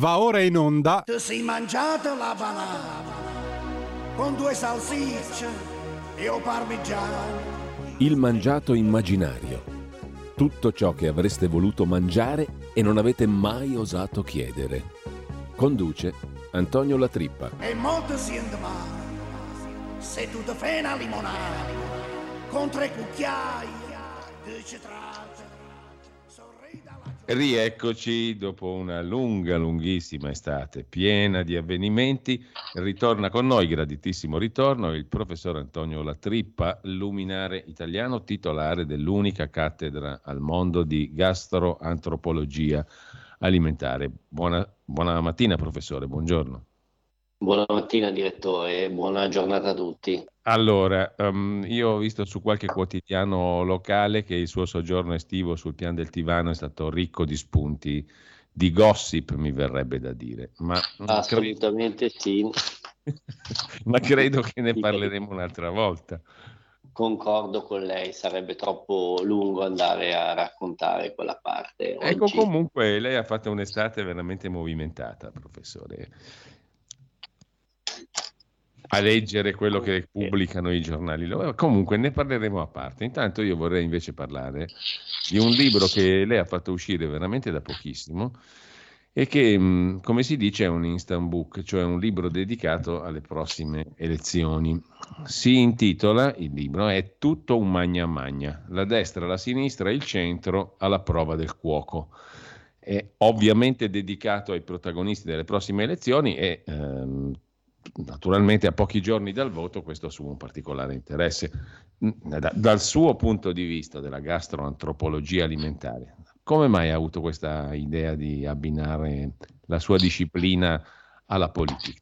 Va ora in onda. Ti sei mangiato la banana con 2 salsicce e o parmigiano. Il mangiato immaginario. Tutto ciò che avreste voluto mangiare e non avete mai osato chiedere. Conduce Antonio Latrippa. E molto siente male se tu ti fai una limonata con 3 cucchiai di citrato. Sorrida la... Rieccoci dopo una lunghissima estate piena di avvenimenti. Ritorna con noi, graditissimo ritorno, il professor Antonio Latrippa, luminare italiano, titolare dell'unica cattedra al mondo di gastroantropologia alimentare. Buona mattina, professore, buongiorno. Buona mattina direttore, buona giornata a tutti. Allora, io ho visto su qualche quotidiano locale che il suo soggiorno estivo sul Pian del Tivano è stato ricco di spunti, di gossip mi verrebbe da dire. Ma assolutamente sì. Ma credo che ne parleremo un'altra volta. Concordo con lei, sarebbe troppo lungo andare a raccontare quella parte. Ecco, oggi. comunque lei ha fatto un'estate veramente movimentata, professore. A leggere quello che pubblicano i giornali. Comunque ne parleremo a parte. Intanto io vorrei invece parlare di un libro che lei ha fatto uscire veramente da pochissimo e che, come si dice, è un instant book, cioè un libro dedicato alle prossime elezioni. Si intitola, il libro, È tutto un magna magna, la destra, la sinistra e il centro alla prova del cuoco. È ovviamente dedicato ai protagonisti delle prossime elezioni e naturalmente a pochi giorni dal voto questo assume un particolare interesse. Dal suo punto di vista della gastroantropologia alimentare, come mai ha avuto questa idea di abbinare la sua disciplina alla politica?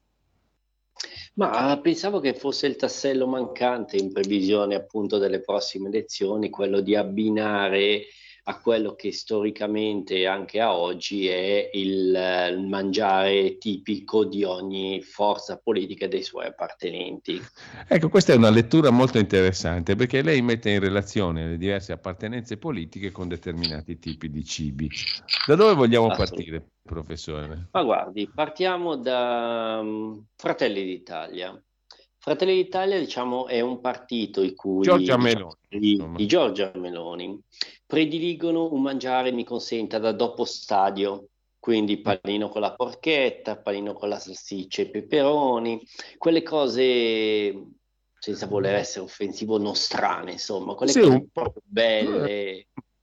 Ma pensavo che fosse il tassello mancante in previsione appunto delle prossime elezioni, quello di abbinare a quello che storicamente anche a oggi è il mangiare tipico di ogni forza politica e dei suoi appartenenti. Ecco, questa è una lettura molto interessante perché lei mette in relazione le diverse appartenenze politiche con determinati tipi di cibi. Da dove vogliamo partire, professore? Ma guardi, partiamo da Fratelli d'Italia. Fratelli d'Italia, diciamo, è un partito i cui Giorgia Meloni, i Giorgia Meloni prediligono un mangiare, mi consenta, da dopo stadio, quindi panino con la porchetta, panino con la salsiccia e peperoni, quelle cose, senza voler essere offensivo, nostrane, insomma, quelle sì, cose un po' belle.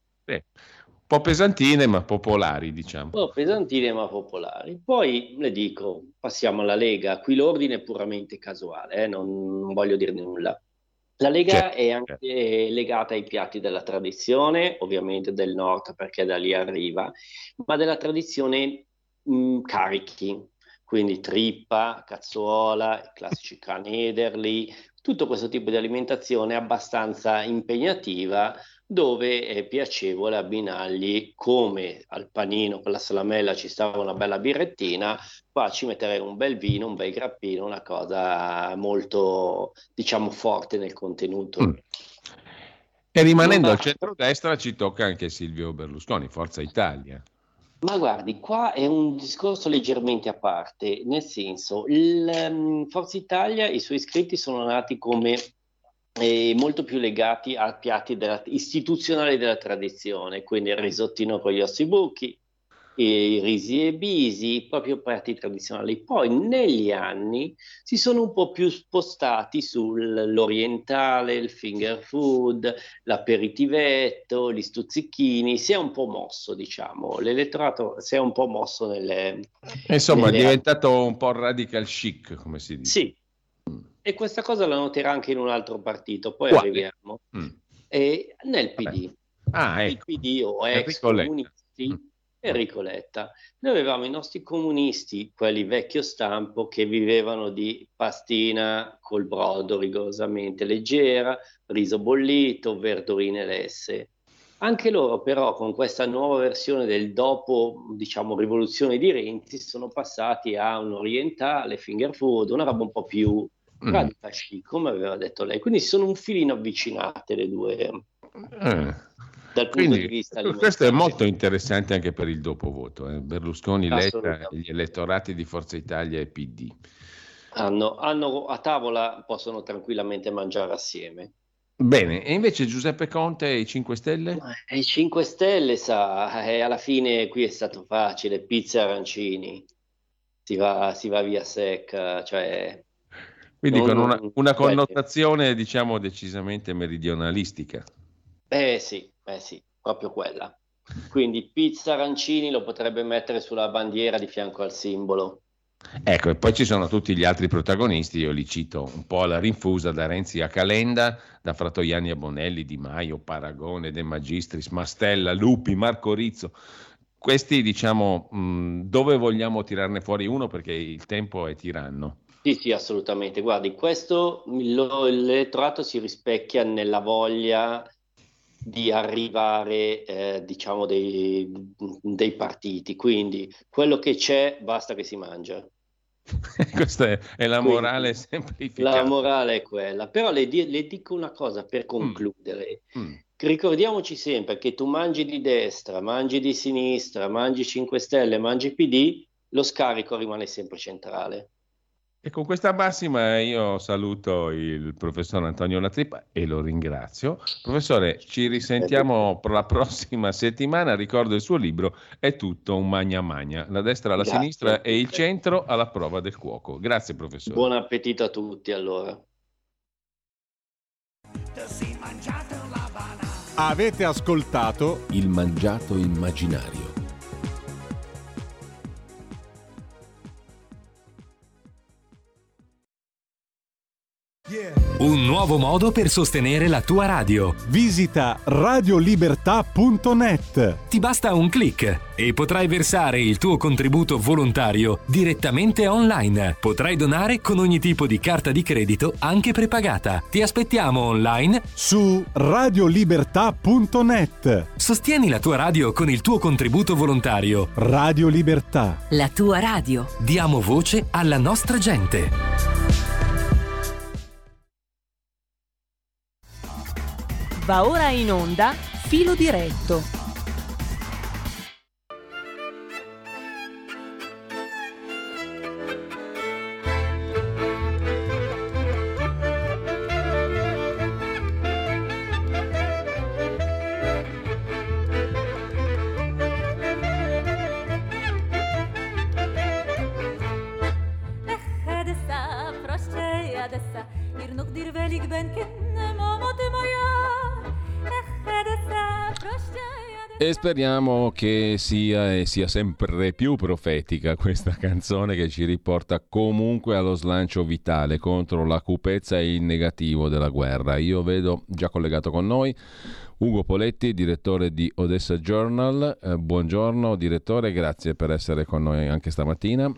Un po' pesantine ma popolari, diciamo. Un po' pesantine ma popolari. Poi le dico, passiamo alla Lega, qui l'ordine è puramente casuale, non voglio dire nulla. La Lega è anche legata ai piatti della tradizione, ovviamente del nord perché da lì arriva, ma della tradizione carichi, quindi trippa, cazzuola, i classici canederli, tutto questo tipo di alimentazione abbastanza impegnativa, dove è piacevole abbinargli, come al panino con la salamella ci stava una bella birrettina, qua ci metterei un bel vino, un bel grappino, una cosa molto, diciamo, forte nel contenuto. E rimanendo al centrodestra ci tocca anche Silvio Berlusconi, Forza Italia. Ma guardi, qua è un discorso leggermente a parte, nel senso, Forza Italia, i suoi iscritti sono nati come molto più legati a piatti istituzionali della tradizione, quindi il risottino con gli ossibuchi, i risi e bisi, proprio piatti tradizionali. Poi negli anni si sono un po' più spostati sull'orientale, il finger food, l'aperitivetto, gli stuzzichini, si è un po' mosso, diciamo, l'elettorato si è un po' mosso Insomma, è diventato un po' radical chic, come si dice. Sì, e questa cosa la noterà anche in un altro partito, poi Quale? arriviamo. Nel PD. Ecco. Il PD o ex comunisti, Enrico Letta. Noi avevamo i nostri comunisti, quelli vecchio stampo, che vivevano di pastina col brodo rigorosamente leggera, riso bollito, verdurine lesse. Anche loro però con questa nuova versione del dopo, diciamo, rivoluzione di Renzi, sono passati a un orientale, finger food, una roba un po' più radical chic, come aveva detto lei. Quindi sono un filino avvicinate le due. dal punto Quindi, di vista questo è molto interessante anche per il dopovoto. Berlusconi, Letta, Assolutamente. gli elettorati di Forza Italia e PD. Hanno a tavola, possono tranquillamente mangiare assieme. Bene, e invece Giuseppe Conte e i 5 Stelle? I 5 Stelle, alla fine qui è stato facile, pizza e arancini, si va via secca, cioè... Quindi con una Cioè, connotazione, diciamo, decisamente meridionalistica. sì, proprio quella. Quindi pizza arancini lo potrebbe mettere sulla bandiera di fianco al simbolo. Ecco, e poi ci sono tutti gli altri protagonisti, io li cito un po' alla rinfusa, da Renzi a Calenda, da Fratoianni a Bonelli, Di Maio, Paragone, De Magistris, Mastella, Lupi, Marco Rizzo. Questi, diciamo, dove vogliamo tirarne fuori uno, perché il tempo è tiranno. Sì, assolutamente. Guardi, questo l'elettorato si rispecchia nella voglia di arrivare, diciamo, dei partiti. Quindi quello che c'è, basta che si mangia. Questa è la morale semplificata. La morale è quella. Però le dico una cosa per concludere. Ricordiamoci sempre che tu mangi di destra, mangi di sinistra, mangi 5 Stelle, mangi PD, lo scarico rimane sempre centrale. E con questa massima io saluto il professor Antonio Latrippa e lo ringrazio. Professore, ci risentiamo per la prossima settimana. Ricordo il suo libro, È tutto un magna magna. La destra alla sinistra e il centro alla prova del cuoco. Grazie professore. Buon appetito a tutti allora. Avete ascoltato Il mangiato immaginario. Un nuovo modo per sostenere la tua radio. Visita radiolibertà.net. Ti basta un click e potrai versare il tuo contributo volontario direttamente online. Potrai donare con ogni tipo di carta di credito, anche prepagata. Ti aspettiamo online su radiolibertà.net. Sostieni la tua radio con il tuo contributo volontario. Radio Libertà. La tua radio. Diamo voce alla nostra gente. Va ora in onda Filo Diretto. E speriamo che sia sempre più profetica questa canzone, che ci riporta comunque allo slancio vitale contro la cupezza e il negativo della guerra. Io vedo già collegato con noi Ugo Poletti, direttore di Odessa Journal. Buongiorno direttore, grazie per essere con noi anche stamattina.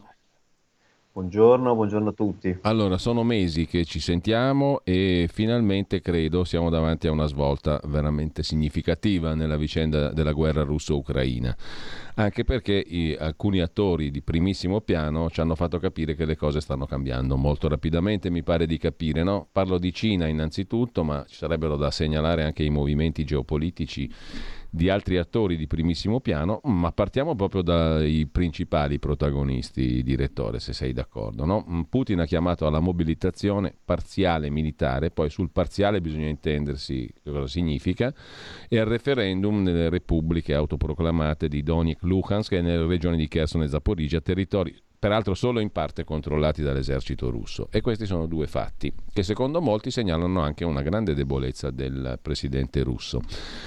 Buongiorno a tutti. Allora, sono mesi che ci sentiamo e finalmente credo siamo davanti a una svolta veramente significativa nella vicenda della guerra russo-ucraina, anche perché alcuni attori di primissimo piano ci hanno fatto capire che le cose stanno cambiando molto rapidamente, mi pare di capire, no? Parlo di Cina innanzitutto, ma ci sarebbero da segnalare anche i movimenti geopolitici di altri attori di primissimo piano, ma partiamo proprio dai principali protagonisti, direttore, se sei d'accordo, no? Putin ha chiamato alla mobilitazione parziale militare, poi sul parziale bisogna intendersi che cosa significa, e al referendum nelle repubbliche autoproclamate di Donetsk, Luhansk e nelle regioni di Kherson e Zaporizhia, territori peraltro solo in parte controllati dall'esercito russo. E questi sono due fatti che secondo molti segnalano anche una grande debolezza del presidente russo.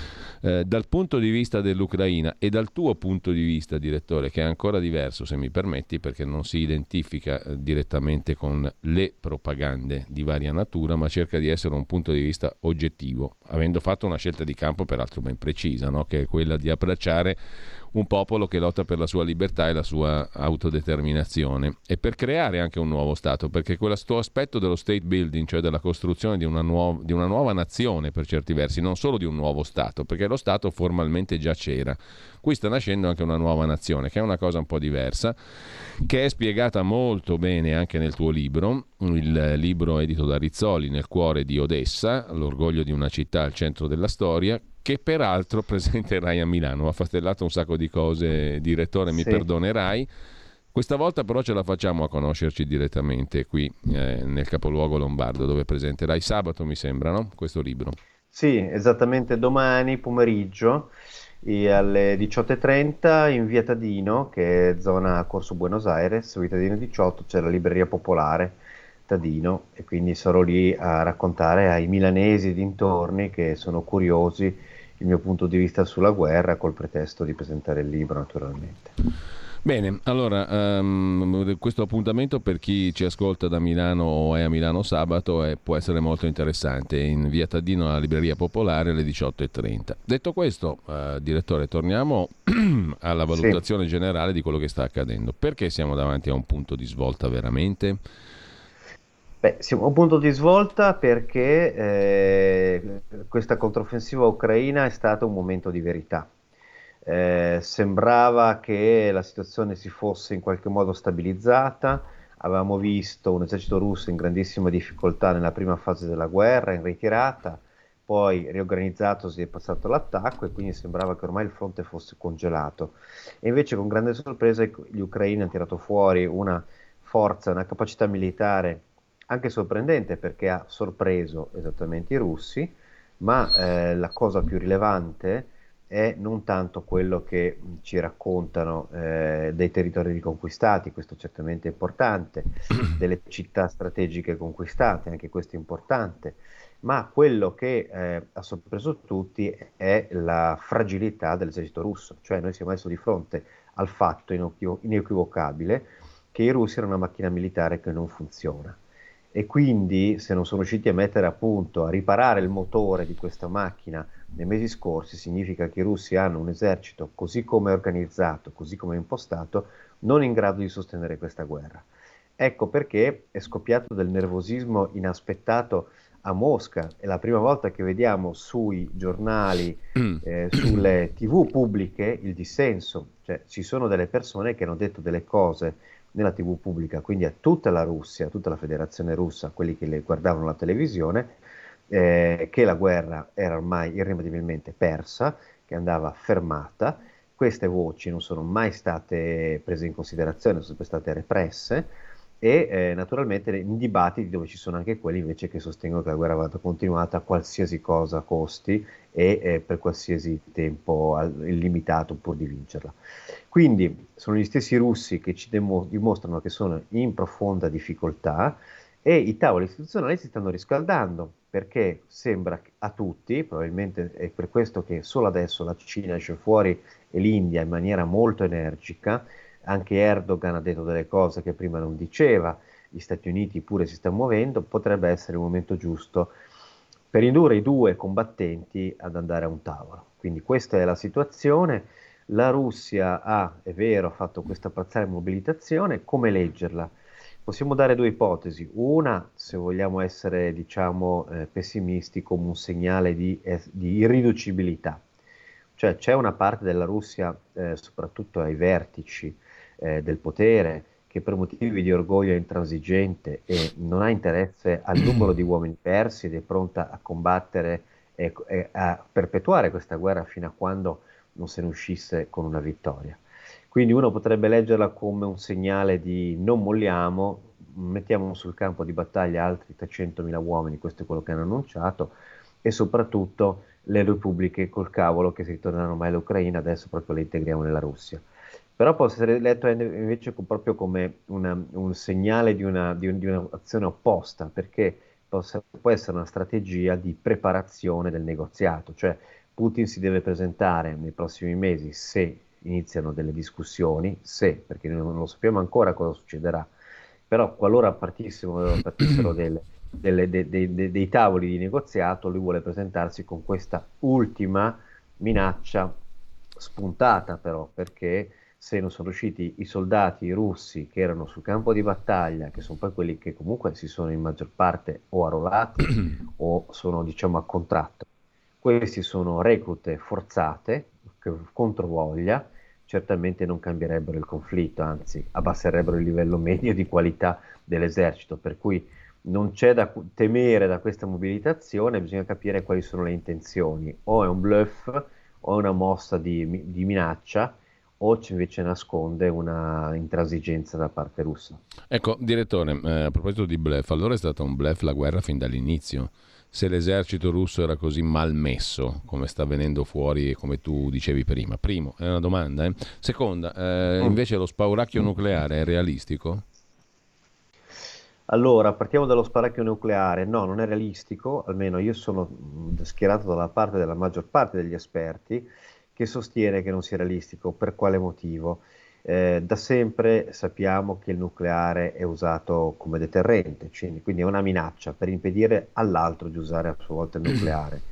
Dal punto di vista dell'Ucraina e dal tuo punto di vista, direttore, che è ancora diverso, se mi permetti, perché non si identifica direttamente con le propagande di varia natura, ma cerca di essere un punto di vista oggettivo, avendo fatto una scelta di campo peraltro ben precisa, no? Che è quella di abbracciare un popolo che lotta per la sua libertà e la sua autodeterminazione, e per creare anche un nuovo Stato, perché questo aspetto dello state building, cioè della costruzione di una nuova nazione per certi versi, non solo di un nuovo Stato, perché lo Stato formalmente già c'era, qui sta nascendo anche una nuova nazione, che è una cosa un po' diversa, che è spiegata molto bene anche nel tuo libro, il libro edito da Rizzoli, Nel cuore di Odessa, l'orgoglio di una città al centro della storia, che peraltro presenterai a Milano. Ho affastellato un sacco di cose, direttore, mi perdonerai. Questa volta però ce la facciamo a conoscerci direttamente qui nel capoluogo lombardo, dove presenterai sabato, mi sembra, no? Questo libro. Sì, esattamente domani pomeriggio alle 18:30 in via Tadino, che è zona Corso Buenos Aires, via Tadino 18, c'è la libreria popolare Tadino, e quindi sarò lì a raccontare ai milanesi dintorni che sono curiosi il mio punto di vista sulla guerra, col pretesto di presentare il libro, naturalmente. Bene, allora questo appuntamento per chi ci ascolta da Milano o è a Milano sabato può essere molto interessante, in via Tadino alla libreria popolare alle 18:30. Detto questo, direttore, torniamo alla valutazione generale di quello che sta accadendo. Perché siamo davanti a un punto di svolta veramente? Beh, siamo a un punto di svolta perché questa controffensiva ucraina è stato un momento di verità. Sembrava che la situazione si fosse in qualche modo stabilizzata, avevamo visto un esercito russo in grandissima difficoltà nella prima fase della guerra, in ritirata, poi riorganizzatosi è passato l'attacco e quindi sembrava che ormai il fronte fosse congelato. E invece con grande sorpresa gli ucraini hanno tirato fuori una forza, una capacità militare anche sorprendente, perché ha sorpreso esattamente i russi, ma la cosa più rilevante è non tanto quello che ci raccontano dei territori riconquistati, questo certamente è importante, delle città strategiche conquistate, anche questo è importante, ma quello che ha sorpreso tutti è la fragilità dell'esercito russo, cioè noi siamo adesso di fronte al fatto inequivocabile che i russi erano una macchina militare che non funziona. E quindi se non sono riusciti a mettere a punto, a riparare il motore di questa macchina nei mesi scorsi, significa che i russi hanno un esercito così come è organizzato, così come è impostato, non in grado di sostenere questa guerra. Ecco perché è scoppiato del nervosismo inaspettato a Mosca. È la prima volta che vediamo sui giornali, sulle TV pubbliche, il dissenso. Cioè ci sono delle persone che hanno detto delle cose nella TV pubblica, quindi a tutta la Russia, a tutta la Federazione Russa, quelli che le guardavano la televisione, che la guerra era ormai irrimediabilmente persa, che andava fermata. Queste voci non sono mai state prese in considerazione, sono sempre state represse, e naturalmente in dibattiti dove ci sono anche quelli invece che sostengono che la guerra vada continuata a qualsiasi cosa costi e per qualsiasi tempo illimitato pur di vincerla. Quindi sono gli stessi russi che ci dimostrano che sono in profonda difficoltà, e i tavoli istituzionali si stanno riscaldando, perché sembra a tutti, probabilmente è per questo che solo adesso la Cina esce fuori e l'India in maniera molto energica. Anche Erdogan ha detto delle cose che prima non diceva, gli Stati Uniti pure si stanno muovendo, potrebbe essere il momento giusto per indurre i due combattenti ad andare a un tavolo. Quindi questa è la situazione. La Russia ha, è vero, fatto questa parziale mobilitazione. Come leggerla? Possiamo dare due ipotesi. Una, se vogliamo essere, diciamo, pessimisti, come un segnale di irriducibilità. Cioè c'è una parte della Russia, soprattutto ai vertici del potere, che per motivi di orgoglio è intransigente e non ha interesse al numero di uomini persi ed è pronta a combattere e a perpetuare questa guerra fino a quando non se ne uscisse con una vittoria. Quindi uno potrebbe leggerla come un segnale di non molliamo, mettiamo sul campo di battaglia altri 300.000 uomini, questo è quello che hanno annunciato, e soprattutto le repubbliche col cavolo che si ritorneranno mai all'Ucraina, adesso proprio le integriamo nella Russia. Però può essere letto invece proprio come un segnale di un'azione opposta, perché può essere una strategia di preparazione del negoziato, cioè Putin si deve presentare nei prossimi mesi, se iniziano delle discussioni, perché non lo sappiamo ancora cosa succederà, però qualora partissero dei tavoli di negoziato, lui vuole presentarsi con questa ultima minaccia spuntata, però, perché se non sono riusciti i soldati russi che erano sul campo di battaglia, che sono poi quelli che comunque si sono in maggior parte o arruolati o sono, diciamo, a contratto, questi sono reclute forzate, che controvoglia, certamente non cambierebbero il conflitto, anzi abbasserebbero il livello medio di qualità dell'esercito, per cui non c'è da temere da questa mobilitazione, bisogna capire quali sono le intenzioni, o è un bluff o è una mossa di minaccia, o ci invece nasconde una intransigenza da parte russa. Ecco, direttore, a proposito di bluff, allora è stata un bluff la guerra fin dall'inizio. Se l'esercito russo era così mal messo, come sta venendo fuori e come tu dicevi prima. Primo, è una domanda. Seconda, invece lo spauracchio nucleare è realistico? Allora, partiamo dallo spauracchio nucleare. No, non è realistico, almeno io sono schierato dalla parte della maggior parte degli esperti che sostiene che non sia realistico. Per quale motivo? Da sempre sappiamo che il nucleare è usato come deterrente, quindi è una minaccia per impedire all'altro di usare a sua volta il nucleare.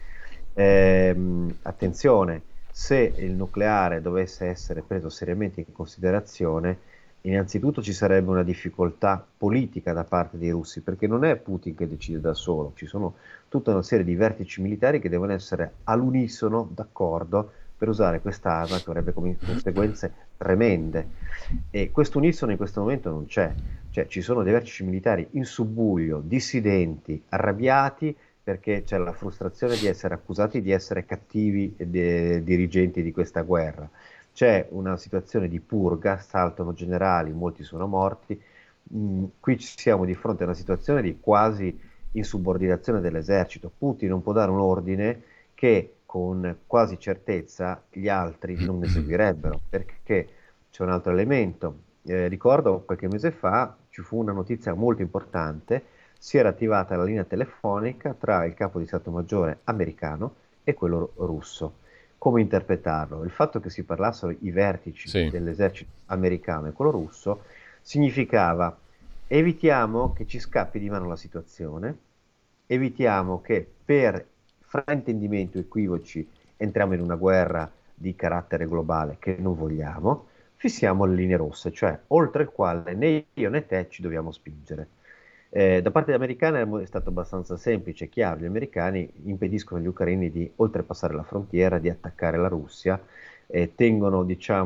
Attenzione, se il nucleare dovesse essere preso seriamente in considerazione, innanzitutto ci sarebbe una difficoltà politica da parte dei russi, perché non è Putin che decide da solo, ci sono tutta una serie di vertici militari che devono essere all'unisono d'accordo per usare quest'arma che avrebbe conseguenze tremende. E questo unisono in questo momento non c'è, cioè ci sono dei vertici militari in subbuglio, dissidenti, arrabbiati perché c'è la frustrazione di essere accusati di essere cattivi dirigenti di questa guerra. C'è una situazione di purga, saltano generali, molti sono morti. Qui siamo di fronte a una situazione di quasi insubordinazione dell'esercito. Putin non può dare un ordine che con quasi certezza gli altri non eseguirebbero, perché c'è un altro elemento. Ricordo qualche mese fa ci fu una notizia molto importante, si era attivata la linea telefonica tra il capo di Stato Maggiore americano e quello russo. Come interpretarlo? Il fatto che si parlassero i vertici dell'esercito americano e quello russo significava: evitiamo che ci scappi di mano la situazione, evitiamo che per fraintendimento, equivoci, entriamo in una guerra di carattere globale che non vogliamo, fissiamo le linee rosse, cioè oltre il quale né io né te ci dobbiamo spingere. Da parte americana è stato abbastanza semplice, chiaro, gli americani impediscono agli ucraini di oltrepassare la frontiera, di attaccare la Russia, tengono,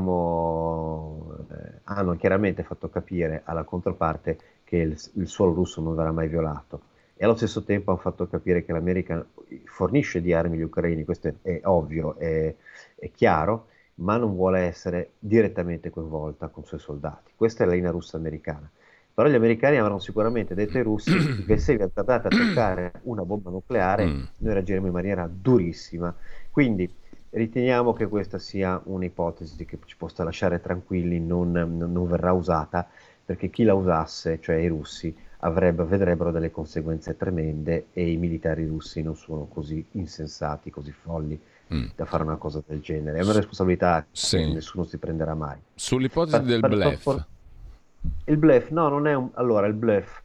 hanno chiaramente fatto capire alla controparte che il suolo russo non verrà mai violato, e allo stesso tempo hanno fatto capire che l'America fornisce di armi agli ucraini, questo è ovvio, è chiaro, ma non vuole essere direttamente coinvolta con i suoi soldati. Questa è la linea russa americana. Però gli americani avranno sicuramente detto ai russi che se vi tardate a attaccare una bomba nucleare, noi reagiremo in maniera durissima. Quindi riteniamo che questa sia un'ipotesi che ci possa lasciare tranquilli, non verrà usata, perché chi la usasse, cioè i russi, vedrebbero delle conseguenze tremende, e i militari russi non sono così insensati, così folli da fare una cosa del genere. È una responsabilità che nessuno si prenderà mai. Sull'ipotesi del bluff. Il bluff, no, non è allora il bluff,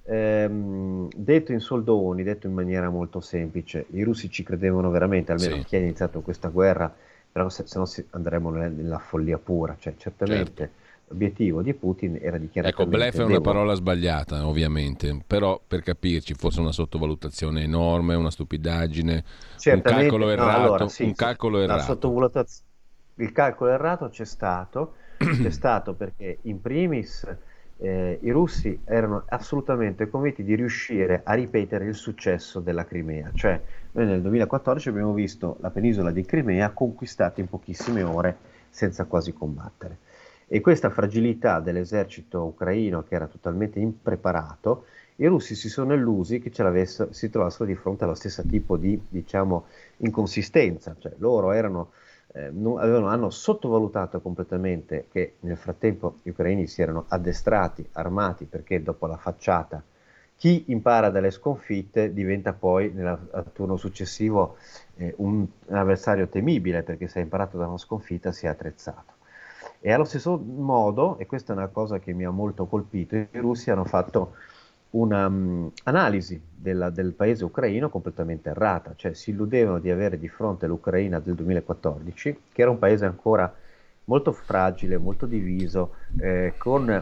detto in soldoni, detto in maniera molto semplice, i russi ci credevano veramente, almeno chi ha iniziato questa guerra, però se no andremo nella follia pura, cioè certamente l'obiettiimo di Putin era di chiaramente... Ecco, bluff è una parola sbagliata, ovviamente, però per capirci, forse una sottovalutazione enorme, una stupidaggine, un calcolo errato, calcolo errato. Il calcolo errato c'è stato perché in primis i russi erano assolutamente convinti di riuscire a ripetere il successo della Crimea, cioè noi nel 2014 abbiamo visto la penisola di Crimea conquistata in pochissime ore senza quasi combattere, e questa fragilità dell'esercito ucraino, che era totalmente impreparato, i russi si sono illusi che si trovassero di fronte allo stesso tipo di, inconsistenza, cioè loro hanno sottovalutato completamente che nel frattempo gli ucraini si erano addestrati, armati, perché dopo la facciata chi impara dalle sconfitte diventa poi al turno successivo un avversario temibile, perché se ha imparato da una sconfitta si è attrezzato. E allo stesso modo, e questa è una cosa che mi ha molto colpito, i russi hanno fatto un'analisi del paese ucraino completamente errata, cioè si illudevano di avere di fronte l'Ucraina del 2014, che era un paese ancora molto fragile, molto diviso, con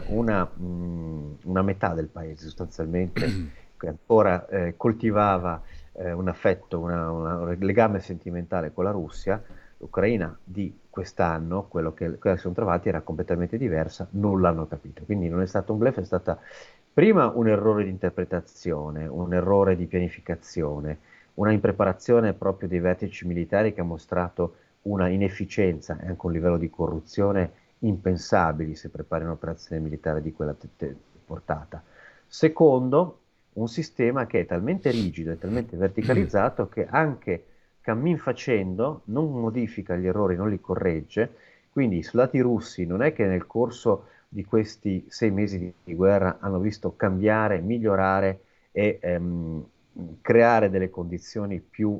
una metà del paese sostanzialmente che ancora coltivava un affetto, un legame sentimentale con la Russia. L'Ucraina di quest'anno, quello che si sono trovati, era completamente diversa, non l'hanno capito, quindi non è stato un bluff, è stata Prima un errore di interpretazione, un errore di pianificazione, una impreparazione proprio dei vertici militari che ha mostrato una inefficienza e anche un livello di corruzione impensabili se prepari un'operazione militare di quella portata. Secondo, un sistema che è talmente rigido e talmente verticalizzato che anche cammin facendo non modifica gli errori, non li corregge. Quindi i soldati russi non è che nel corso di questi 6 mesi di guerra hanno visto cambiare, migliorare e creare delle condizioni più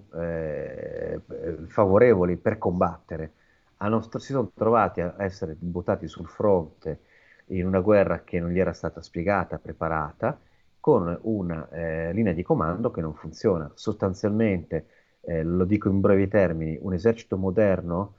favorevoli per combattere. Si sono trovati a essere buttati sul fronte in una guerra che non gli era stata spiegata, preparata, con una linea di comando che non funziona. Sostanzialmente, lo dico in brevi termini, un esercito moderno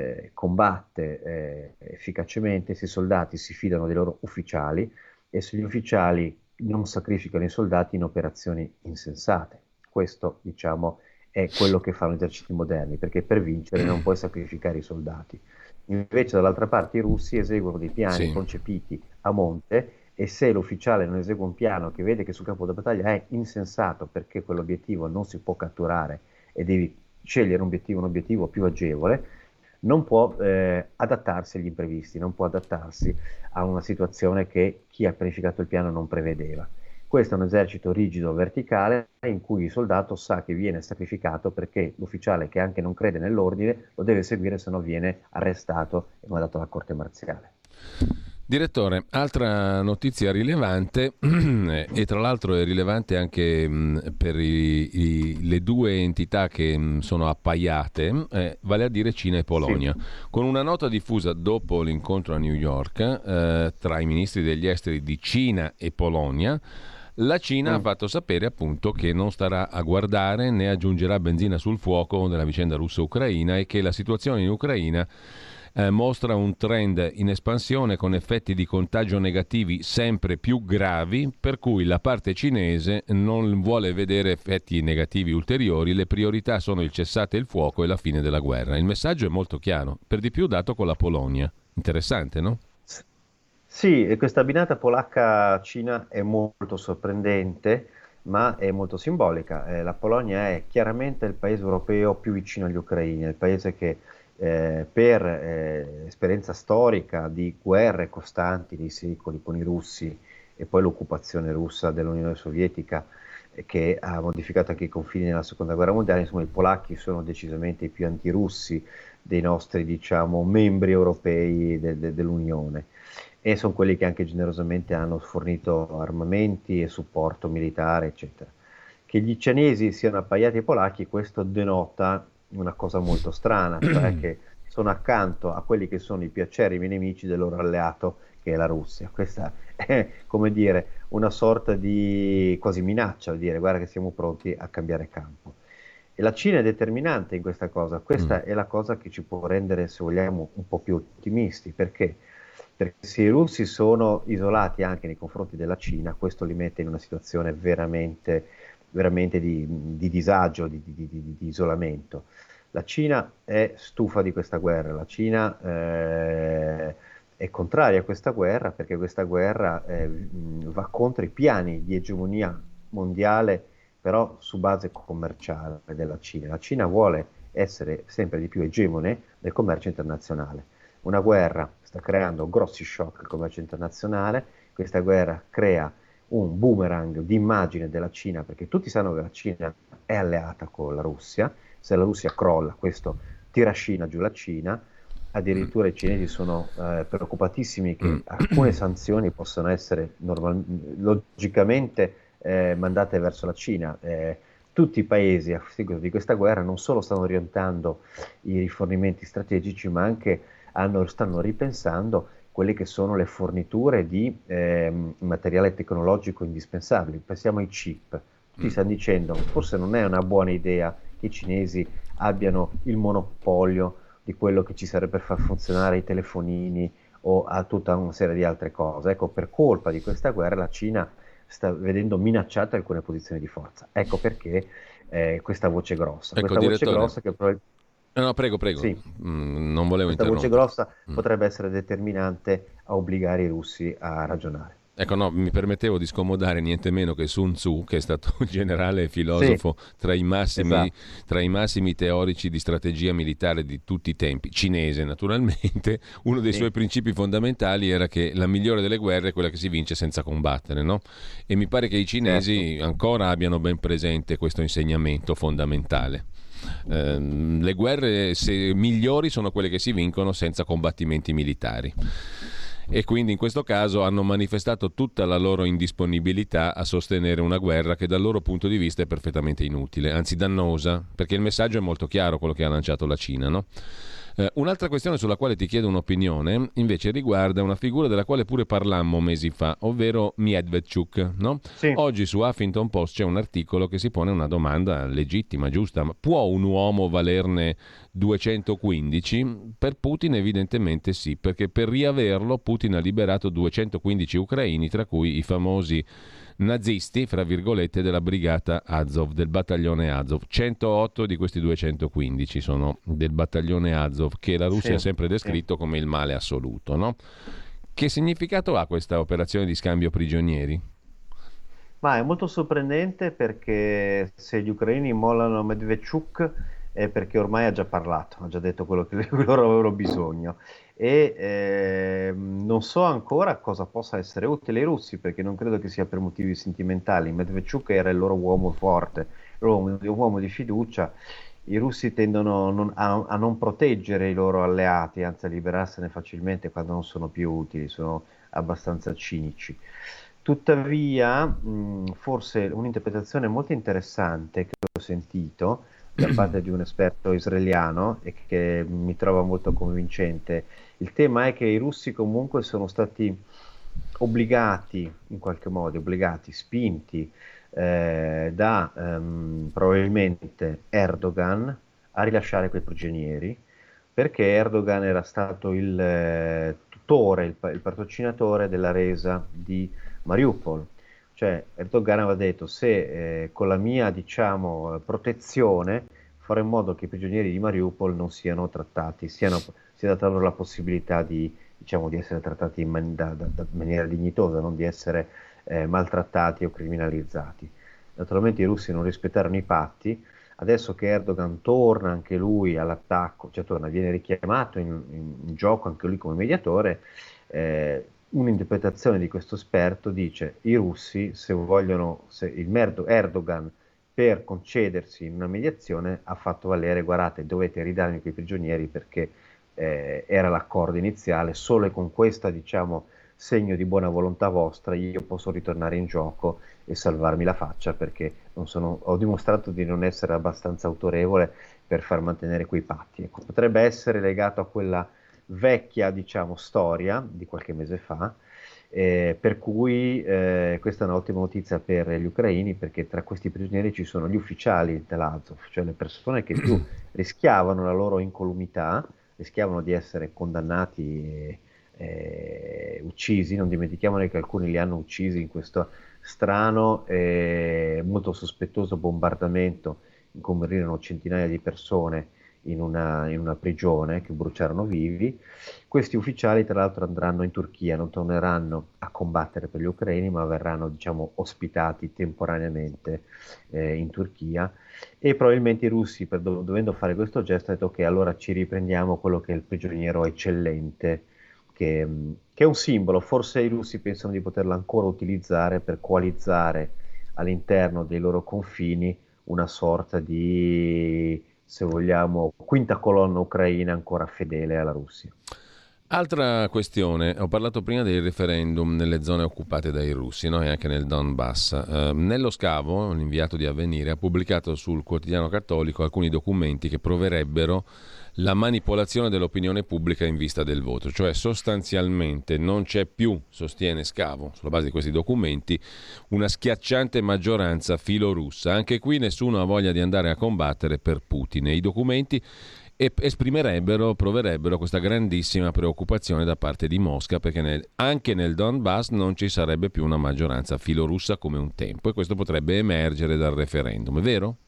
combatte efficacemente se i soldati si fidano dei loro ufficiali e se gli ufficiali non sacrificano i soldati in operazioni insensate. Questo, diciamo, è quello che fanno gli eserciti moderni, perché per vincere non puoi sacrificare i soldati. Invece dall'altra parte i russi eseguono dei piani concepiti a monte, e se l'ufficiale non esegue un piano che vede che sul campo da battaglia è insensato perché quell'obiettivo non si può catturare e devi scegliere un obiettivo più agevole, non può adattarsi agli imprevisti, non può adattarsi a una situazione che chi ha pianificato il piano non prevedeva. Questo è un esercito rigido, verticale, in cui il soldato sa che viene sacrificato perché l'ufficiale, che anche non crede nell'ordine, lo deve seguire, se no viene arrestato e mandato alla corte marziale. Direttore, altra notizia rilevante, e tra l'altro è rilevante anche per le due entità che sono appaiate, vale a dire Cina e Polonia. Sì. Con una nota diffusa dopo l'incontro a New York tra i ministri degli esteri di Cina e Polonia, la Cina ha fatto sapere appunto che non starà a guardare né aggiungerà benzina sul fuoco della vicenda russo-ucraina e che la situazione in Ucraina mostra un trend in espansione con effetti di contagio negativi sempre più gravi, per cui la parte cinese non vuole vedere effetti negativi ulteriori, le priorità sono il cessate il fuoco e la fine della guerra. Il messaggio è molto chiaro, per di più dato con la Polonia. Interessante, no? Sì, e questa abbinata polacca-Cina è molto sorprendente, ma è molto simbolica. La Polonia è chiaramente il paese europeo più vicino agli ucraini, è il paese che per esperienza storica di guerre costanti dei secoli con i russi e poi l'occupazione russa dell'Unione Sovietica che ha modificato anche i confini nella seconda guerra mondiale, insomma i polacchi sono decisamente i più antirussi dei nostri, diciamo, membri europei dell'Unione, e sono quelli che anche generosamente hanno fornito armamenti e supporto militare, eccetera. Che gli cinesi siano appaiati ai polacchi, questo denota una cosa molto strana, cioè che sono accanto a quelli che sono i più acerrimi nemici del loro alleato, che è la Russia. Questa è, come dire, una sorta di quasi minaccia, di dire guarda che siamo pronti a cambiare campo. E la Cina è determinante in questa cosa. Questa è la cosa che ci può rendere, se vogliamo, un po' più ottimisti. Perché? Perché se i russi sono isolati anche nei confronti della Cina, questo li mette in una situazione veramente di disagio, di isolamento. La Cina è stufa di questa guerra, la Cina è contraria a questa guerra perché questa guerra va contro i piani di egemonia mondiale, però su base commerciale della Cina. La Cina vuole essere sempre di più egemone nel commercio internazionale. Una guerra sta creando grossi shock al commercio internazionale, questa guerra crea un boomerang di immagine della Cina, perché tutti sanno che la Cina è alleata con la Russia, se la Russia crolla questo tirascina giù la Cina, addirittura i cinesi sono preoccupatissimi che alcune sanzioni possano essere logicamente mandate verso la Cina. Tutti i paesi a seguito di questa guerra non solo stanno orientando i rifornimenti strategici, ma anche stanno ripensando quelle che sono le forniture di materiale tecnologico indispensabili. Pensiamo ai chip. Tutti stanno dicendo forse non è una buona idea che i cinesi abbiano il monopolio di quello che ci serve per far funzionare i telefonini o a tutta una serie di altre cose. Ecco, per colpa di questa guerra la Cina sta vedendo minacciate alcune posizioni di forza. Ecco perché questa voce grossa. Ecco, questa voce grossa che No, prego. Sì. Non volevo Questa interrompere. voce grossa potrebbe essere determinante a obbligare i russi a ragionare. Ecco, no, mi permettevo di scomodare niente meno che Sun Tzu, che è stato un generale e filosofo tra i massimi teorici di strategia militare di tutti i tempi, cinese naturalmente. Uno dei suoi principi fondamentali era che la migliore delle guerre è quella che si vince senza combattere, no? E mi pare che i cinesi ancora abbiano ben presente questo insegnamento fondamentale. Le guerre migliori sono quelle che si vincono senza combattimenti militari. E quindi in questo caso hanno manifestato tutta la loro indisponibilità a sostenere una guerra che dal loro punto di vista è perfettamente inutile, anzi dannosa, perché il messaggio è molto chiaro, quello che ha lanciato la Cina, no? Un'altra questione sulla quale ti chiedo un'opinione invece riguarda una figura della quale pure parlammo mesi fa, ovvero Medvedchuk, no? Sì. Oggi su Huffington Post c'è un articolo che si pone una domanda legittima, giusta, ma può un uomo valerne 215? Per Putin evidentemente sì, perché per riaverlo Putin ha liberato 215 ucraini, tra cui i famosi nazisti, fra virgolette, della brigata Azov, del battaglione Azov. 108 di questi 215 sono del battaglione Azov, che la Russia ha sempre descritto come il male assoluto, no? Che significato ha questa operazione di scambio prigionieri? Ma è molto sorprendente, perché se gli ucraini mollano Medvedchuk è perché ormai ha già parlato, ha già detto quello che loro avevano bisogno, e non so ancora cosa possa essere utile ai russi, perché non credo che sia per motivi sentimentali. Medvedchuk era il loro uomo forte, l'uomo di fiducia. I russi tendono a non proteggere i loro alleati, anzi a liberarsene facilmente quando non sono più utili, sono abbastanza cinici. Tuttavia, forse un'interpretazione molto interessante che ho sentito da parte di un esperto israeliano e che mi trova molto convincente. Il tema è che i russi comunque sono stati obbligati, in qualche modo, spinti da probabilmente Erdogan a rilasciare quei prigionieri, perché Erdogan era stato il tutore, il patrocinatore della resa di Mariupol. Cioè Erdogan aveva detto: se con la mia, diciamo, protezione farò in modo che i prigionieri di Mariupol non siano trattati, sia data loro la possibilità di, diciamo, di essere trattati da maniera dignitosa, non di essere maltrattati o criminalizzati. Naturalmente i russi non rispettarono i patti. Adesso che Erdogan torna anche lui all'attacco, cioè viene richiamato in gioco anche lui come mediatore, un'interpretazione di questo esperto dice: i russi, se Erdogan, per concedersi in una mediazione, ha fatto valere: guardate, dovete ridarmi quei prigionieri perché era l'accordo iniziale, solo con questa, diciamo, segno di buona volontà vostra io posso ritornare in gioco e salvarmi la faccia, perché ho dimostrato di non essere abbastanza autorevole per far mantenere quei patti. Ecco, potrebbe essere legato a quella vecchia, diciamo, storia di qualche mese fa, per cui questa è un'ottima notizia per gli ucraini, perché tra questi prigionieri ci sono gli ufficiali dell'Azov, cioè le persone che più rischiavano la loro incolumità, rischiavano di essere condannati e uccisi. Non dimentichiamone che alcuni li hanno uccisi in questo strano e molto sospettoso bombardamento in cui morirono centinaia di persone in una prigione, che bruciarono vivi. Questi ufficiali tra l'altro andranno in Turchia, non torneranno a combattere per gli ucraini, ma verranno, diciamo, ospitati temporaneamente in Turchia, e probabilmente i russi, dovendo fare questo gesto, hanno detto: ok, allora ci riprendiamo quello che è il prigioniero eccellente, che è un simbolo. Forse i russi pensano di poterlo ancora utilizzare per coalizzare all'interno dei loro confini una sorta di, se vogliamo, quinta colonna ucraina ancora fedele alla Russia. Altra questione, ho parlato prima del referendum nelle zone occupate dai russi, no? E anche nel Donbass. Nello scavo, l'inviato di Avvenire ha pubblicato sul quotidiano cattolico alcuni documenti che proverebbero la manipolazione dell'opinione pubblica in vista del voto, cioè sostanzialmente non c'è più, sostiene Scavo, sulla base di questi documenti, una schiacciante maggioranza filorussa. Anche qui nessuno ha voglia di andare a combattere per Putin, e i documenti proverebbero questa grandissima preoccupazione da parte di Mosca, perché anche nel Donbass non ci sarebbe più una maggioranza filorussa come un tempo, e questo potrebbe emergere dal referendum, è vero?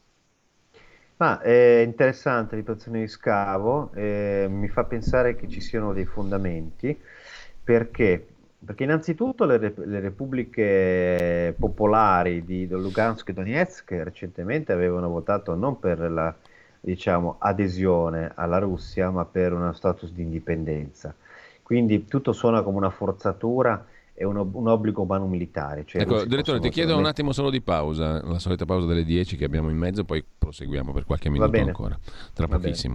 Ma è interessante l'ipotesi di Scavo, mi fa pensare che ci siano dei fondamenti, perché Perché innanzitutto le repubbliche popolari di Lugansk e Donetsk recentemente avevano votato non per la, diciamo, adesione alla Russia, ma per uno status di indipendenza. Quindi tutto suona come una forzatura e un obbligo umano militare. Cioè, ecco, direttore, ti chiedo un attimo solo di pausa, la solita pausa delle 10 che abbiamo in mezzo, poi proseguiamo per qualche minuto ancora, tra pochissimo.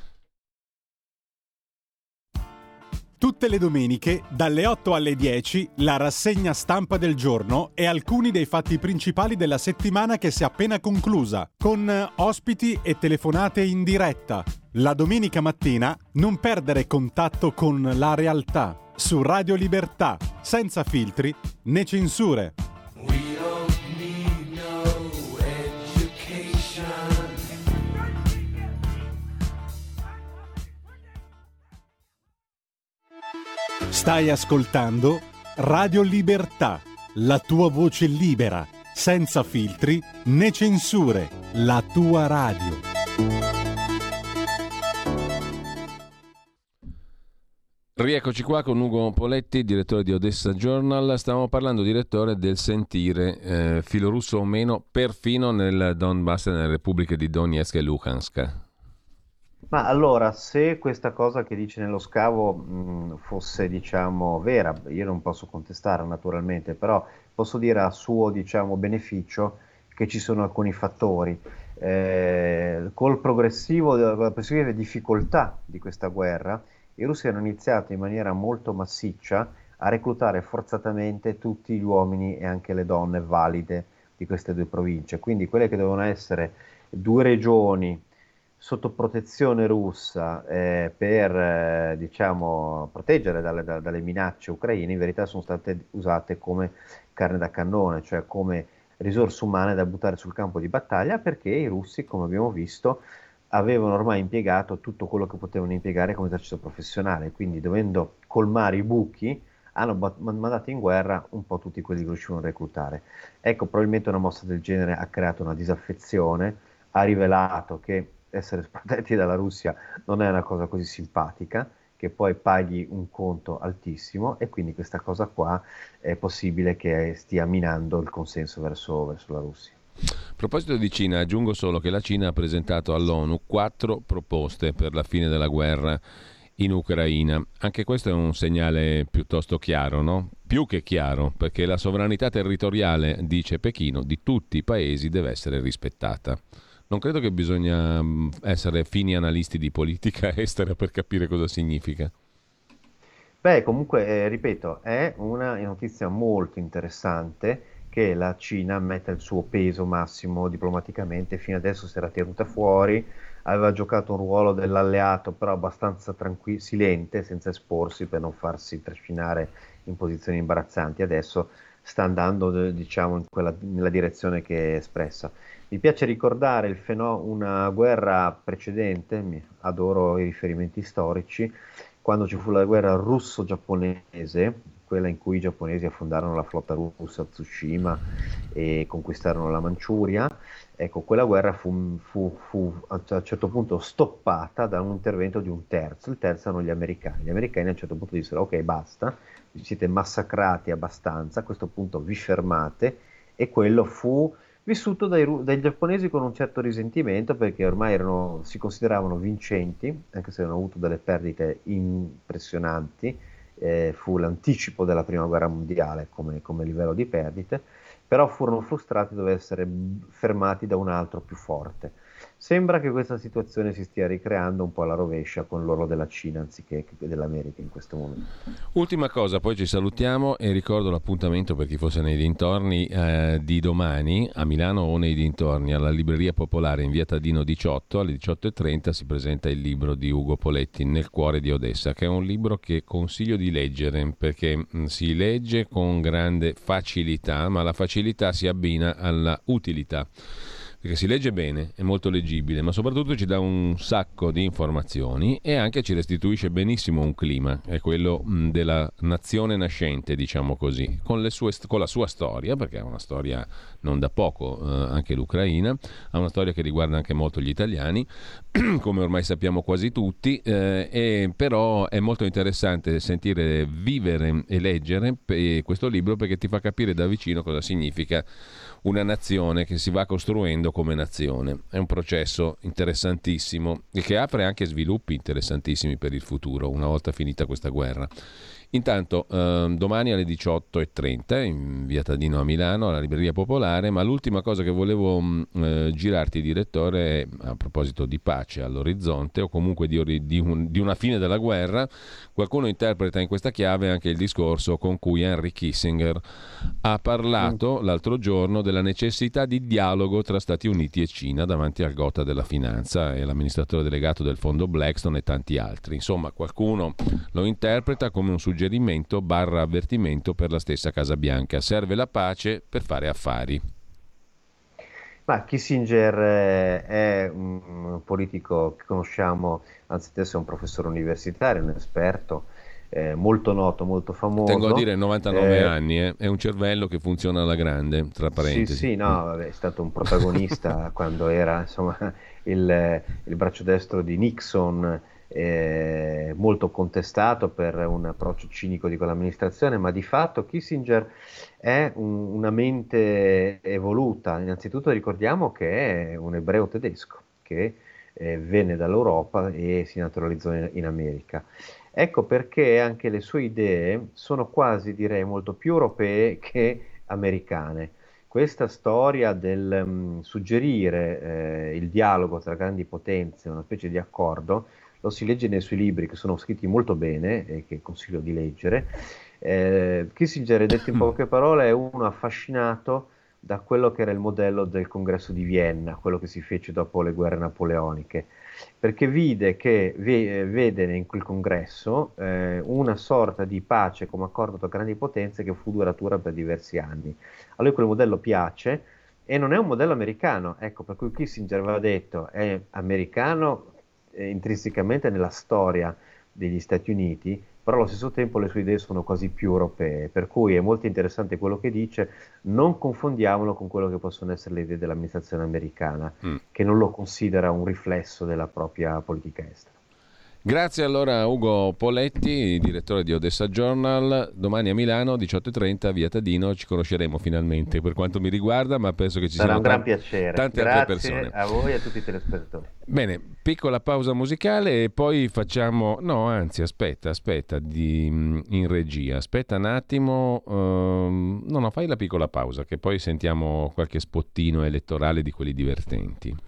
Tutte le domeniche, dalle 8 alle 10, la rassegna stampa del giorno e alcuni dei fatti principali della settimana che si è appena conclusa, con ospiti e telefonate in diretta. La domenica mattina non perdere contatto con la realtà, su Radio Libertà, senza filtri né censure. Stai ascoltando Radio Libertà, la tua voce libera, senza filtri né censure, la tua radio. Rieccoci qua con Ugo Poletti, direttore di Odessa Journal. Stavamo parlando, direttore, del sentire filorusso o meno perfino nel Donbass e nelle repubbliche di Donetsk e Luhansk. Ma allora, se questa cosa che dice nello scavo fosse, diciamo, vera, io non posso contestare naturalmente, però posso dire a suo, diciamo, beneficio che ci sono alcuni fattori. Con la progressiva difficoltà di questa guerra, i russi hanno iniziato in maniera molto massiccia a reclutare forzatamente tutti gli uomini e anche le donne valide di queste due province, quindi quelle che dovevano essere due regioni sotto protezione russa per diciamo, proteggere dalle minacce ucraine, in verità sono state usate come carne da cannone, cioè come risorse umane da buttare sul campo di battaglia, perché i russi, come abbiamo visto, avevano ormai impiegato tutto quello che potevano impiegare come esercito professionale, quindi dovendo colmare i buchi hanno mandato in guerra un po' tutti quelli che riuscivano a reclutare. Ecco, probabilmente una mossa del genere ha creato una disaffezione, ha rivelato che essere protetti dalla Russia non è una cosa così simpatica, che poi paghi un conto altissimo, e quindi questa cosa qua è possibile che stia minando il consenso verso la Russia. A proposito di Cina, aggiungo solo che la Cina ha presentato all'ONU 4 proposte per la fine della guerra in Ucraina. Anche questo è un segnale piuttosto chiaro, no? Più che chiaro, perché la sovranità territoriale, dice Pechino, di tutti i paesi deve essere rispettata. Non credo che bisogna essere fini analisti di politica estera per capire cosa significa. Beh, comunque, ripeto, è una notizia molto interessante che la Cina metta il suo peso massimo diplomaticamente. Fino adesso si era tenuta fuori, aveva giocato un ruolo dell'alleato, però abbastanza silente, senza esporsi per non farsi trascinare in posizioni imbarazzanti. Adesso sta andando, diciamo, nella direzione che è espressa. Mi piace ricordare una guerra precedente, adoro i riferimenti storici, quando ci fu la guerra russo-giapponese, quella in cui i giapponesi affondarono la flotta russa a Tsushima e conquistarono la Manciuria. Ecco, quella guerra fu a un certo punto stoppata da un intervento di un terzo. Il terzo erano gli americani. Gli americani a un certo punto dissero: ok, basta, vi siete massacrati abbastanza, a questo punto vi fermate, e quello fu vissuto dai giapponesi con un certo risentimento, perché ormai si consideravano vincenti, anche se avevano avuto delle perdite impressionanti. Fu l'anticipo della prima guerra mondiale come livello di perdite, però furono frustrati di dover essere fermati da un altro più forte. Sembra che questa situazione si stia ricreando un po' alla rovescia con l'oro della Cina anziché dell'America in questo momento. Ultima cosa, poi ci salutiamo e ricordo l'appuntamento per chi fosse nei dintorni di domani a Milano o nei dintorni alla Libreria Popolare in via Tadino 18 alle 18:30 si presenta il libro di Ugo Poletti, Nel cuore di Odessa, che è un libro che consiglio di leggere perché si legge con grande facilità, ma la facilità si abbina alla utilità. perché si legge bene, è molto leggibile, ma soprattutto ci dà un sacco di informazioni e anche ci restituisce benissimo un clima, è quello della nazione nascente, diciamo così, con la sua storia, perché è una storia non da poco, anche l'Ucraina, ha una storia che riguarda anche molto gli italiani, come ormai sappiamo quasi tutti, e però è molto interessante sentire, vivere e leggere questo libro, perché ti fa capire da vicino cosa significa una nazione che si va costruendo come nazione. È un processo interessantissimo e che apre anche sviluppi interessantissimi per il futuro una volta finita questa guerra. Intanto domani alle 18:30 in via Tadino a Milano, alla Libreria Popolare, ma l'ultima cosa che volevo girarti, direttore, è a proposito di pace all'orizzonte o comunque di una fine della guerra. Qualcuno interpreta in questa chiave anche il discorso con cui Henry Kissinger ha parlato l'altro giorno della necessità di dialogo tra Stati Uniti e Cina davanti al Gotha della finanza e l'amministratore delegato del fondo Blackstone e tanti altri. Insomma, qualcuno lo interpreta come un suggerimento / avvertimento per la stessa Casa Bianca. Serve la pace per fare affari. Ma Kissinger è un politico che conosciamo, anzi adesso è un professore universitario, un esperto, molto noto, molto famoso. Tengo a dire 99 anni, è un cervello che funziona alla grande, tra parentesi. Sì, no, è stato un protagonista quando era, insomma, il braccio destro di Nixon, molto contestato per un approccio cinico di quell'amministrazione, ma di fatto Kissinger è una mente evoluta. Innanzitutto ricordiamo che è un ebreo tedesco che venne dall'Europa e si naturalizzò in America. Ecco perché anche le sue idee sono quasi, direi, molto più europee che americane. Questa storia del suggerire il dialogo tra grandi potenze, una specie di accordo, lo si legge nei suoi libri, che sono scritti molto bene e che consiglio di leggere. Kissinger, detto in poche parole, è uno affascinato da quello che era il modello del congresso di Vienna, quello che si fece dopo le guerre napoleoniche, perché vede in quel congresso una sorta di pace come accordo tra grandi potenze che fu duratura per diversi anni. A lui quel modello piace e non è un modello americano, ecco, per cui Kissinger aveva detto è americano intrinsecamente nella storia degli Stati Uniti, però allo stesso tempo le sue idee sono quasi più europee, per cui è molto interessante quello che dice. Non confondiamolo con quello che possono essere le idee dell'amministrazione americana, che non lo considera un riflesso della propria politica estera. Grazie allora a Ugo Poletti, direttore di Odessa Journal. Domani a Milano, 18:30, via Tadino, ci conosceremo finalmente, per quanto mi riguarda, ma penso che ci siano un gran piacere. Tante Grazie altre persone. A voi e a tutti i telespettatori. Bene, piccola pausa musicale e poi facciamo... No, anzi, aspetta, in regia. Aspetta un attimo. No, fai la piccola pausa, che poi sentiamo qualche spottino elettorale di quelli divertenti.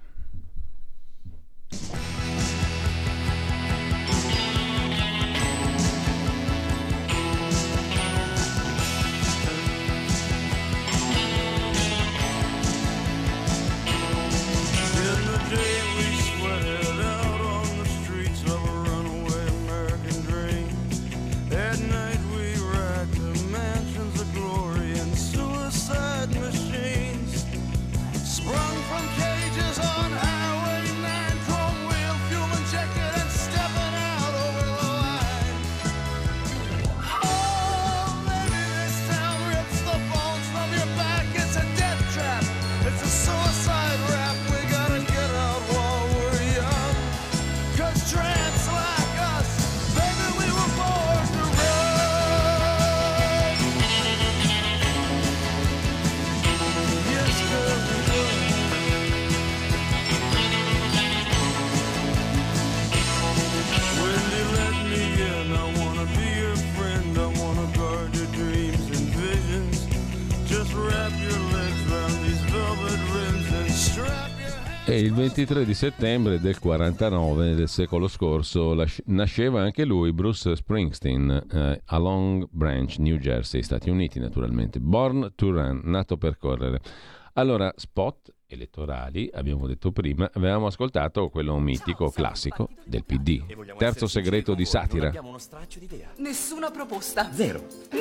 E il 23 di settembre del 49 del secolo scorso nasceva anche lui, Bruce Springsteen, a Long Branch, New Jersey, Stati Uniti naturalmente. Born to Run, nato per correre. Allora, spot elettorali, abbiamo detto prima, avevamo ascoltato quello mitico, classico del PD. Terzo segreto di satira. Nessuna proposta. Zero.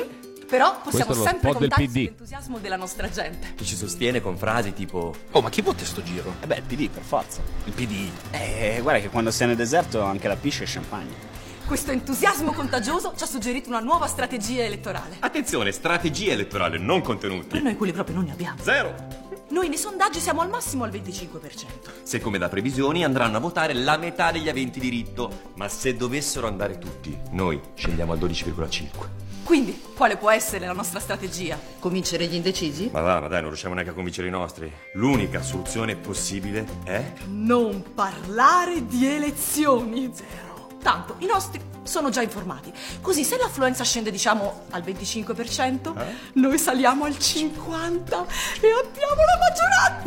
Però possiamo Questo è lo sempre spot del contare PD. sull'entusiasmo della nostra gente. Che ci sostiene con frasi tipo: oh, ma chi vota sto giro? Beh, il PD per forza. Il PD. Guarda che quando sei nel deserto anche la piscia è champagne. Questo entusiasmo contagioso ci ha suggerito una nuova strategia elettorale. attenzione, strategia elettorale, non contenuti. Per noi quelli proprio non ne abbiamo. Zero. Noi nei sondaggi siamo al massimo al 25%. Se come da previsioni andranno a votare la metà degli aventi diritto, ma se dovessero andare tutti, noi scendiamo al 12,5. Quindi, quale può essere la nostra strategia? Convincere gli indecisi? Ma dai, non riusciamo neanche a convincere i nostri. L'unica soluzione possibile è... non parlare di elezioni. Zero. Tanto, i nostri sono già informati. Così se l'affluenza scende, diciamo, al 25%, noi saliamo al 50% e abbiamo la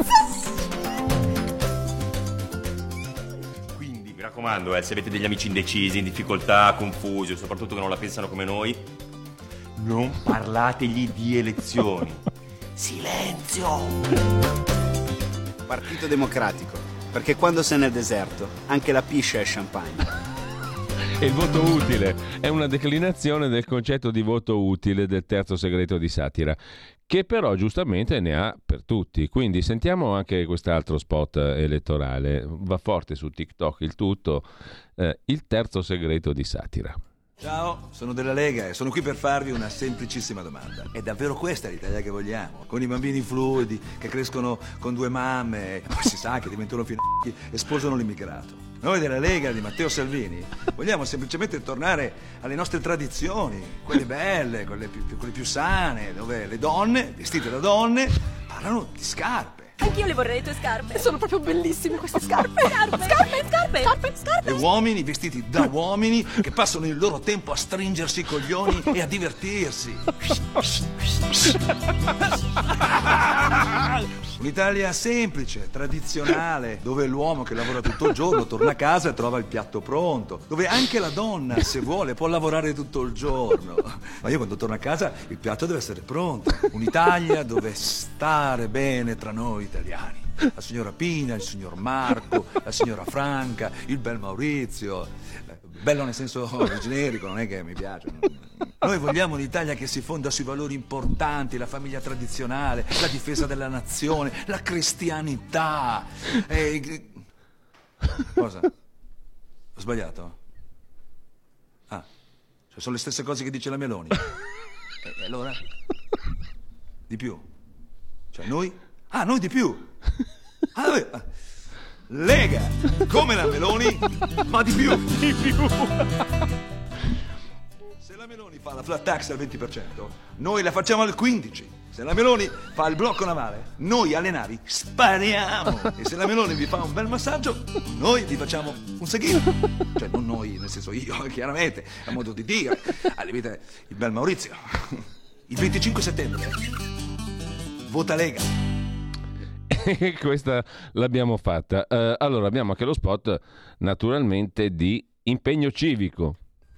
maggioranza! Quindi, mi raccomando, se avete degli amici indecisi, in difficoltà, confusi, o soprattutto che non la pensano come noi, non parlategli di elezioni. Silenzio! Partito Democratico, perché quando sei nel deserto anche la piscia è champagne. E il voto utile è una declinazione del concetto di voto utile del terzo segreto di Satira, che però giustamente ne ha per tutti. Quindi sentiamo anche quest'altro spot elettorale. Va forte su TikTok il tutto, il terzo segreto di Satira. Ciao, sono della Lega e sono qui per farvi una semplicissima domanda. È davvero questa l'Italia che vogliamo? Con i bambini fluidi che crescono con due mamme e poi si sa che diventano finocchi e sposano l'immigrato. Noi della Lega di Matteo Salvini vogliamo semplicemente tornare alle nostre tradizioni, quelle belle, quelle più sane, dove le donne, vestite da donne, parlano di scarpe. Anch'io le vorrei le tue scarpe. Sono proprio bellissime queste scarpe. Scarpe. E uomini vestiti da uomini che passano il loro tempo a stringersi i coglioni e a divertirsi. Un'Italia semplice, tradizionale, dove l'uomo che lavora tutto il giorno torna a casa e trova il piatto pronto, dove anche la donna, se vuole, può lavorare tutto il giorno. Ma io quando torno a casa il piatto deve essere pronto. Un'Italia dove stare bene tra noi italiani. La signora Pina, il signor Marco, la signora Franca, il bel Maurizio. Bello nel senso generico, non è che mi piace. Noi vogliamo un'Italia che si fonda sui valori importanti, la famiglia tradizionale, la difesa della nazione, la cristianità. Cosa? Ho sbagliato? Ah, cioè sono le stesse cose che dice la Meloni. E allora? Di più? Cioè noi? Ah, noi di più! Lega, come la Meloni, ma di più! Di più! Se la Meloni fa la flat tax al 20%, noi la facciamo al 15%. Se la Meloni fa il blocco navale, noi alle navi spariamo. E se la Meloni vi fa un bel massaggio, noi vi facciamo un seghino. Cioè non noi, nel senso io, chiaramente, a modo di dire. All'invito il bel Maurizio. Il 25 settembre, vota Lega. Questa l'abbiamo fatta. Allora abbiamo anche lo spot naturalmente di impegno civico.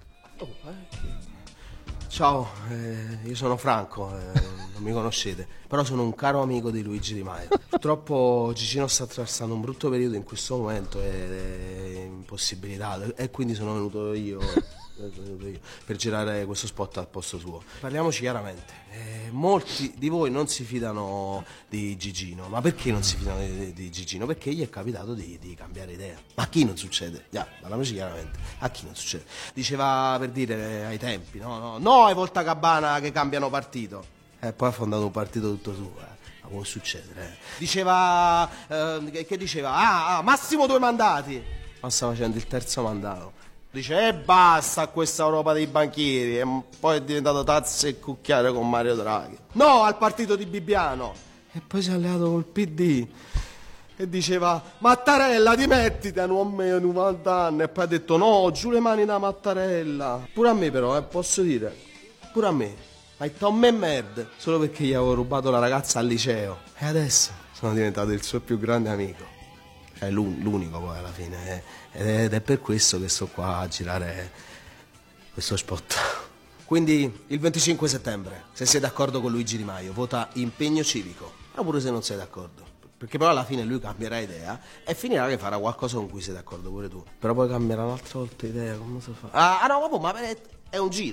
Ciao, io sono Franco, non mi conoscete, però sono un caro amico di Luigi Di Maio. Purtroppo Gigino sta attraversando un brutto periodo in questo momento ed è impossibilitato e quindi sono venuto io per girare questo spot al posto suo. Parliamoci chiaramente, molti di voi non si fidano di Gigino, ma perché non si fidano di Gigino? Perché gli è capitato di cambiare idea. Ma a chi non succede? Parliamoci chiaramente, a chi non succede? Diceva per dire ai tempi, no ai Voltagabbana che cambiano partito, e poi ha fondato un partito tutto suo, ma può succedere, Diceva, che diceva? Massimo 2 mandati, ma sta facendo il terzo mandato. Dice basta a questa Europa dei banchieri, e poi è diventato tazza e cucchiaio con Mario Draghi. No al partito di Bibbiano, e poi si è alleato col PD e diceva Mattarella dimettiti, a un uomo di 90 anni, e poi ha detto no, giù le mani da Mattarella. Pure a me però, posso dire, pure a me ha detto me merda, solo perché gli avevo rubato la ragazza al liceo e adesso sono diventato il suo più grande amico. È l'unico poi alla fine, ed è per questo che sto qua a girare questo spot. Quindi il 25 settembre, se sei d'accordo con Luigi Di Maio, vota impegno civico, però pure se non sei d'accordo, perché però alla fine lui cambierà idea e finirà che farà qualcosa con cui sei d'accordo pure tu, però poi cambierà un'altra volta idea. Come si fa? No vabbè, ma è un giro,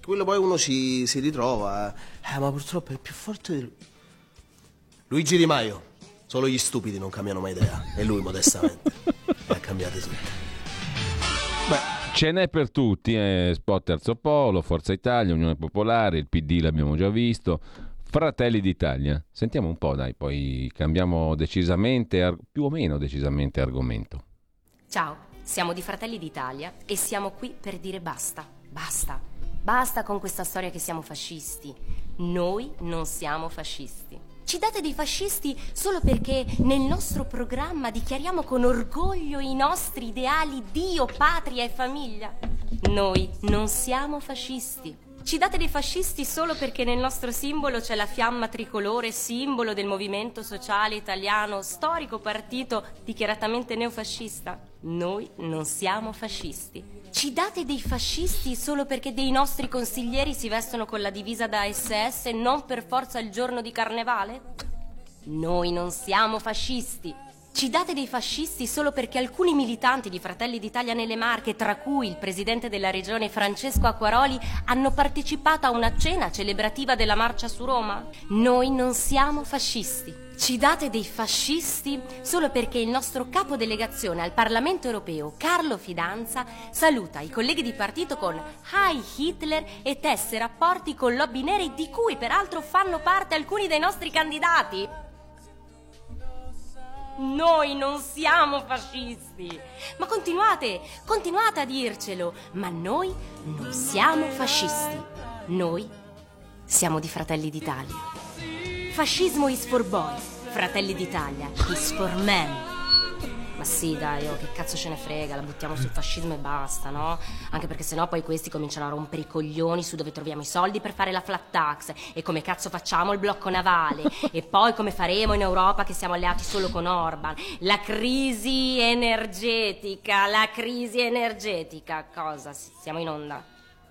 quello poi uno si ritrova, ma purtroppo è più forte di lui. Luigi Di Maio, solo gli stupidi non cambiano mai idea, e lui modestamente le ha cambiate tutte. Beh, ce n'è per tutti, Spot Terzo Polo, Forza Italia, Unione Popolare, il PD l'abbiamo già visto, Fratelli d'Italia. Sentiamo un po', dai, poi cambiamo decisamente, più o meno decisamente argomento. Ciao, siamo di Fratelli d'Italia e siamo qui per dire basta, basta, basta con questa storia che siamo fascisti. Noi non siamo fascisti. Ci date dei fascisti solo perché nel nostro programma dichiariamo con orgoglio i nostri ideali Dio, patria e famiglia. Noi non siamo fascisti. Ci date dei fascisti solo perché nel nostro simbolo c'è la fiamma tricolore, simbolo del movimento sociale italiano, storico partito dichiaratamente neofascista. Noi non siamo fascisti. Ci date dei fascisti solo perché dei nostri consiglieri si vestono con la divisa da SS e non per forza il giorno di carnevale? Noi non siamo fascisti. Ci date dei fascisti solo perché alcuni militanti di Fratelli d'Italia nelle Marche, tra cui il presidente della regione Francesco Acquaroli, hanno partecipato a una cena celebrativa della marcia su Roma? Noi non siamo fascisti. Ci date dei fascisti solo perché il nostro capodelegazione al Parlamento europeo, Carlo Fidanza, saluta i colleghi di partito con Hi Hitler e tesse rapporti con lobby nere di cui peraltro fanno parte alcuni dei nostri candidati? Noi non siamo fascisti. Ma continuate a dircelo. Ma noi non siamo fascisti. Noi siamo di Fratelli d'Italia. Fascismo is for boys. Fratelli d'Italia is for men. Ma sì, dai, che cazzo ce ne frega, la buttiamo sul fascismo e basta, no? Anche perché sennò poi questi cominciano a rompere i coglioni su dove troviamo i soldi per fare la flat tax e come cazzo facciamo il blocco navale e poi come faremo in Europa che siamo alleati solo con Orban. La crisi energetica, cosa? Siamo in onda?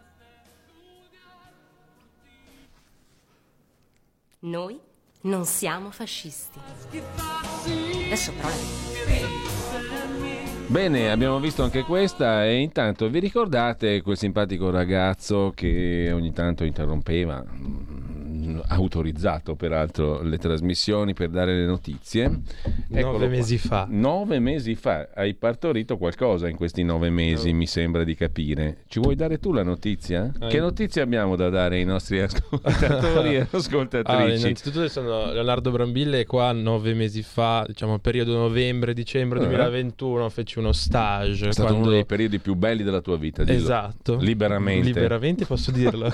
Noi non siamo fascisti. Adesso però Bene, abbiamo visto anche questa e intanto vi ricordate quel simpatico ragazzo che ogni tanto interrompeva, autorizzato peraltro, le trasmissioni per dare le notizie? 9 mesi fa. 9 mesi fa, hai partorito qualcosa in questi 9 mesi, mi sembra di capire. Ci vuoi dare tu la notizia? Che notizie abbiamo da dare ai nostri ascoltatori e ascoltatrici? Innanzitutto sono Leonardo Brambilla e qua 9 mesi fa, diciamo periodo novembre-dicembre 2021, feci uno stage. È stato uno dei periodi più belli della tua vita, dillo. Esatto. Liberamente posso dirlo.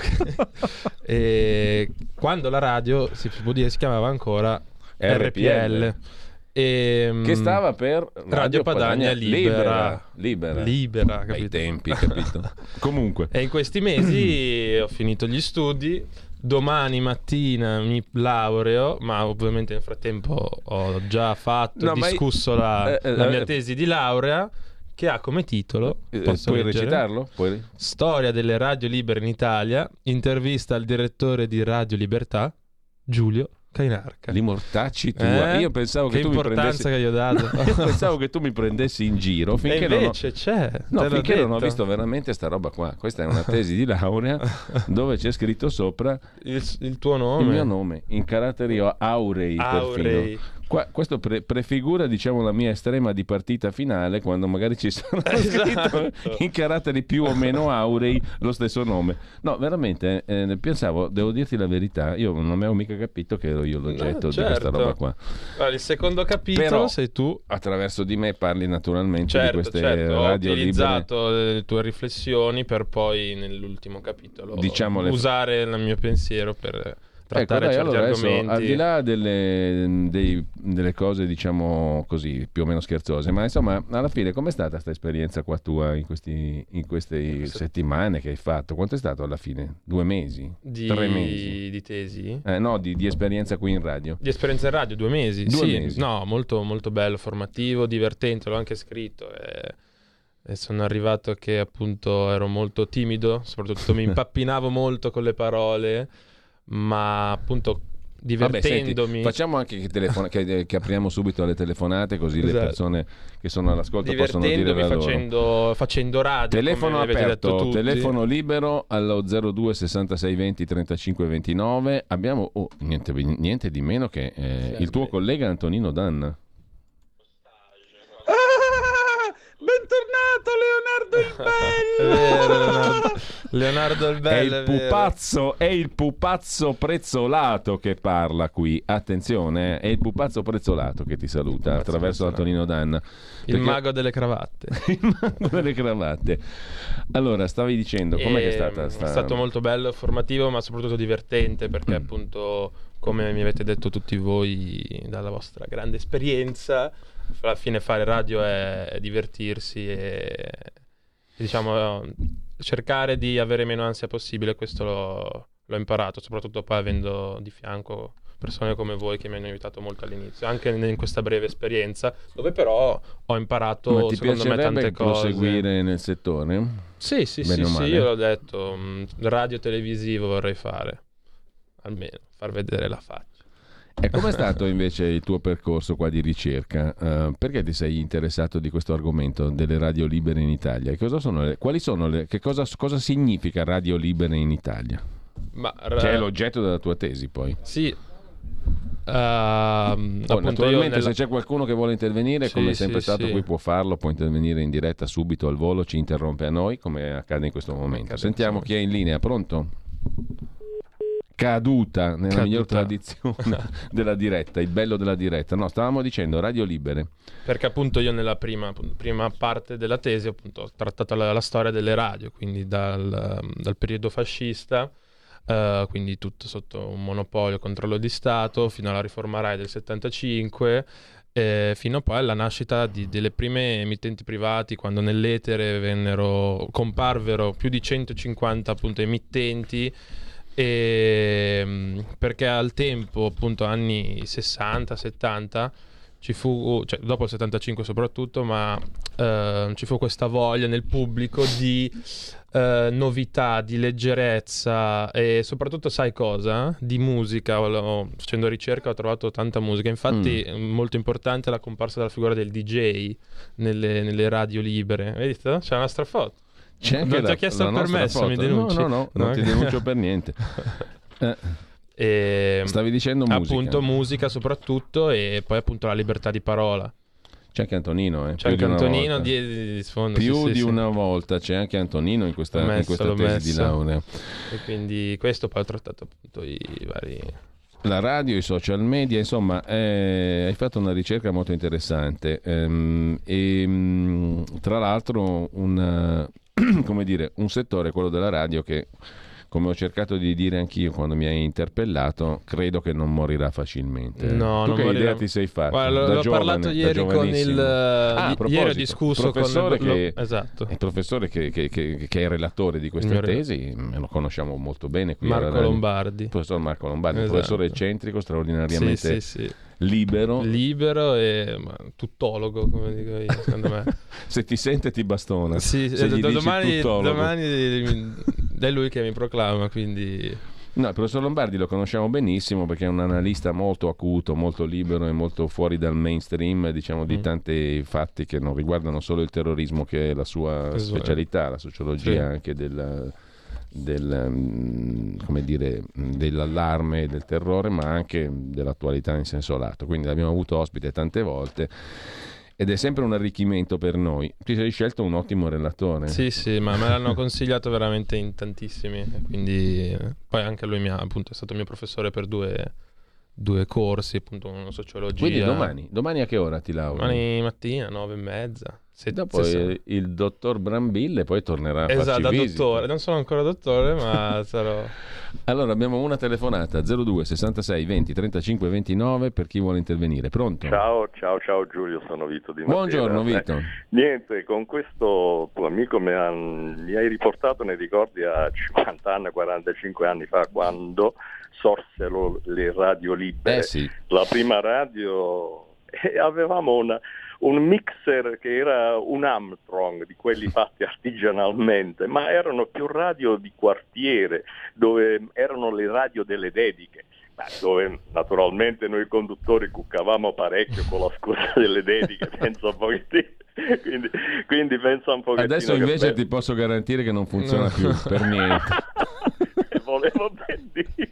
E quando la radio si chiamava ancora RPL. Che stava per Radio Padania Libera, capito? Ai tempi, capito? Comunque. E in questi mesi ho finito gli studi. Domani mattina mi laureo, ma ovviamente nel frattempo ho già discusso la mia tesi di laurea, che ha come titolo, puoi recitarlo? Storia delle radio libere in Italia, intervista al direttore di Radio Libertà, Giulio Cainarca. Li mortacci tua. Io pensavo che tu mi prendessi... che gli ho dato. Io pensavo che tu mi prendessi in giro finché invece c'è. Finché non ho visto veramente sta roba qua. Questa è una tesi di laurea dove c'è scritto sopra il tuo nome, il mio nome in caratteri aurei. Perfino. Questo prefigura, diciamo, la mia estrema di partita finale, quando magari ci sarà scritto in caratteri più o meno aurei lo stesso nome. No, veramente, pensavo, devo dirti la verità, io non avevo mica capito che ero io l'oggetto di questa roba qua. Allora, il secondo capitolo, però, sei tu. Attraverso di me parli naturalmente di queste radio ho utilizzato le tue riflessioni per poi nell'ultimo capitolo usare il mio pensiero per... trattare certi argomenti. Al di là delle cose, diciamo così, più o meno scherzose, ma insomma, alla fine com'è stata questa esperienza qua tua in queste settimane che hai fatto? Quanto è stato alla fine? 2 mesi? 3 mesi? Di tesi? No, di esperienza qui in radio. Di esperienza in radio, 2 mesi. 2 mesi. No, molto, molto bello, formativo, divertente, l'ho anche scritto e sono arrivato che appunto ero molto timido, soprattutto mi impappinavo molto con le parole, ma appunto divertendomi. Vabbè, senti, facciamo anche che apriamo subito le telefonate, così le persone che sono all'ascolto possono dire la loro. Facendo radio. Telefono aperto, telefono libero allo 02 66 20 35 29. Abbiamo niente di meno che il tuo collega Antonino Danna. Bentornato Leonardo il Bello. È il pupazzo prezzolato che parla qui. Attenzione, è il pupazzo prezzolato che ti saluta attraverso Antonino Danna. Il mago delle cravatte. Il mago delle cravatte. Allora, stavi dicendo, com'è che è stata? È stato molto bello, formativo, ma soprattutto divertente, perché appunto, come mi avete detto tutti voi dalla vostra grande esperienza, alla fine fare radio è divertirsi e diciamo cercare di avere meno ansia possibile. Questo l'ho imparato, soprattutto poi avendo di fianco persone come voi che mi hanno aiutato molto all'inizio, anche in questa breve esperienza, dove però ho imparato secondo me tante cose. Proseguire nel settore? Sì, io l'ho detto, radio televisivo vorrei fare, almeno far vedere la faccia. E com'è stato invece il tuo percorso qua di ricerca? Perché ti sei interessato di questo argomento delle radio libere in Italia? Cosa significa radio libere in Italia? Che è l'oggetto della tua tesi, poi. Sì. Naturalmente se c'è qualcuno che vuole intervenire, come è sempre stato qui, può farlo, può intervenire in diretta subito al volo, ci interrompe a noi, come accade in questo momento. Sentiamo chi è in linea. Pronto? Caduta nella miglior tradizione della diretta, il bello della diretta. No, stavamo dicendo radio libere. Perché appunto io nella prima parte della tesi appunto ho trattato la storia delle radio, quindi dal periodo fascista, quindi tutto sotto un monopolio, controllo di Stato, fino alla riforma Rai del 75, fino poi alla nascita delle prime emittenti privati, quando nell'etere comparvero più di 150 appunto emittenti. Perché al tempo, appunto anni 60-70, ci fu, cioè dopo il 75 soprattutto, ma ci fu questa voglia nel pubblico di novità, di leggerezza e soprattutto, sai cosa? Di musica. Facendo ricerca ho trovato tanta musica, infatti molto importante la comparsa della figura del DJ nelle radio libere. Hai visto? C'è la nostra foto. Non ti ho chiesto il permesso, mi denunci? No, non ti denuncio per niente. Stavi dicendo musica. Appunto musica soprattutto, e poi appunto la libertà di parola. C'è anche Antonino, C'è anche Antonino di sfondo. Più di una volta c'è anche Antonino in questa tesi di laurea. E quindi questo poi ho trattato appunto i vari... La radio, i social media, insomma, hai fatto una ricerca molto interessante e tra l'altro un settore, quello della radio, che, come ho cercato di dire anch'io quando mi hai interpellato, credo che non morirà facilmente. No, tu non che morirà. Idea ti sei fatto? Guarda, l'ho parlato ieri con ieri ho discusso con il professore che è il relatore di questa tesi, lo conosciamo molto bene qui, Marco Lombardi. Il professor Marco Lombardi, un professore eccentrico, straordinariamente libero e tuttologo, come dico io, secondo me. Se ti sente ti bastona. Domani è lui che mi proclama, quindi... No, il professor Lombardi lo conosciamo benissimo perché è un analista molto acuto, molto libero e molto fuori dal mainstream, diciamo, di tanti fatti che non riguardano solo il terrorismo, che è la sua specialità, la sociologia anche dell'allarme e del terrore, ma anche dell'attualità in senso lato. Quindi l'abbiamo avuto ospite tante volte ed è sempre un arricchimento per noi. Ti sei scelto un ottimo relatore. Sì, ma me l'hanno consigliato veramente in tantissimi, quindi poi anche lui è stato mio professore per due corsi, appunto, una sociologia. Quindi domani a che ora ti laurei? Domani mattina 9:30. Dopo il dottor Brambille poi tornerà a farci visita. Dottore, non sono ancora dottore, ma sarò... Allora abbiamo una telefonata 02 66 20 35 29 per chi vuole intervenire. Pronto? Ciao Giulio, sono Vito di Matera. Buongiorno Vito. Niente, con questo tuo amico mi hai riportato nei ricordi a 50 anni, 45 anni fa, quando sorsero le radio libere. La prima radio, avevamo un mixer che era un Armstrong, di quelli fatti artigianalmente, ma erano più radio di quartiere, dove erano le radio delle dediche, dove naturalmente noi conduttori cuccavamo parecchio con la scusa delle dediche, penso un pochettino. Quindi pensa un pochettino. Adesso invece ti posso garantire che non funziona più per niente. Volevo ben dire.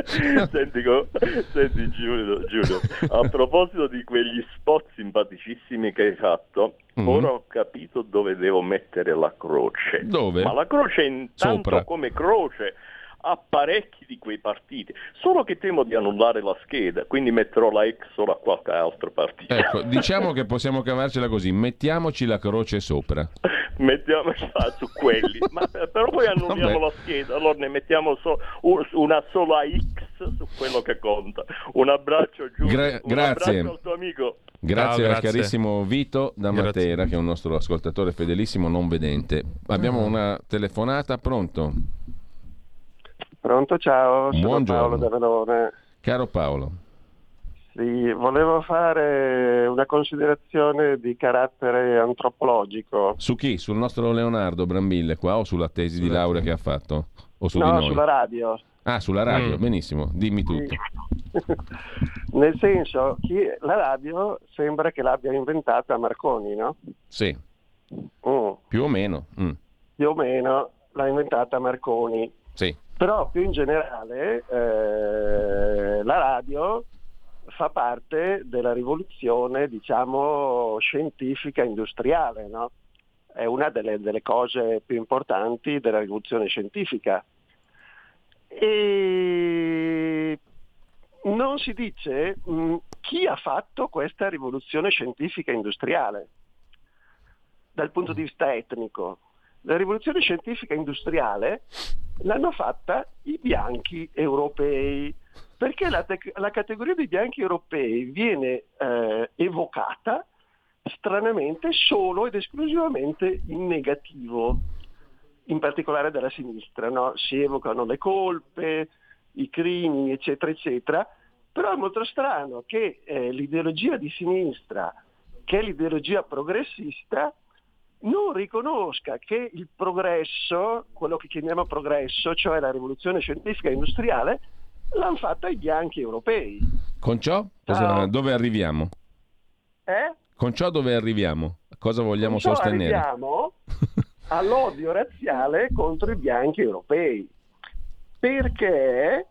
Senti Giulio, a proposito di quegli spot simpaticissimi che hai fatto, ora ho capito dove devo mettere la croce. Dove? Ma la croce intanto Sopra. Come croce a parecchi di quei partiti, solo che temo di annullare la scheda, quindi metterò la X solo a qualche altro partito. Ecco, diciamo che possiamo cavarcela così, mettiamoci la croce sopra. Mettiamoci su quelli, ma però poi annulliamo la scheda, allora ne mettiamo una sola X su quello che conta. Un abbraccio Giulio, grazie. Abbraccio al tuo amico. Grazie al carissimo Vito da Matera, che è un nostro ascoltatore fedelissimo non vedente. Abbiamo una telefonata, pronto? Pronto, ciao, sono Buongiorno. Paolo da Verona. Caro Paolo. Sì, volevo fare una considerazione di carattere antropologico. Su chi? Sul nostro Leonardo Brambille qua o sulla tesi di laurea che ha fatto? O su di No, noi? sulla radio. Ah, sulla radio, benissimo, dimmi tutto. Nel senso che la radio sembra che l'abbia inventata Marconi, no? Sì, più o meno. Più o meno l'ha inventata Marconi. Sì. Però più in generale la radio fa parte della rivoluzione, diciamo, scientifica industriale, no? È una delle cose più importanti della rivoluzione scientifica. E non si dice chi ha fatto questa rivoluzione scientifica industriale dal punto di vista etnico. La rivoluzione scientifica industriale l'hanno fatta i bianchi europei, perché la categoria dei bianchi europei viene evocata stranamente solo ed esclusivamente in negativo, in particolare dalla sinistra, no? Si evocano le colpe, i crimini, eccetera, eccetera, però è molto strano che l'ideologia di sinistra, che è l'ideologia progressista, non riconosca che il progresso, quello che chiamiamo progresso, cioè la rivoluzione scientifica e industriale, l'hanno fatta i bianchi europei. Con ciò dove arriviamo? Con ciò dove arriviamo? Cosa vogliamo Con ciò sostenere? arriviamo all'odio razziale contro i bianchi europei, perché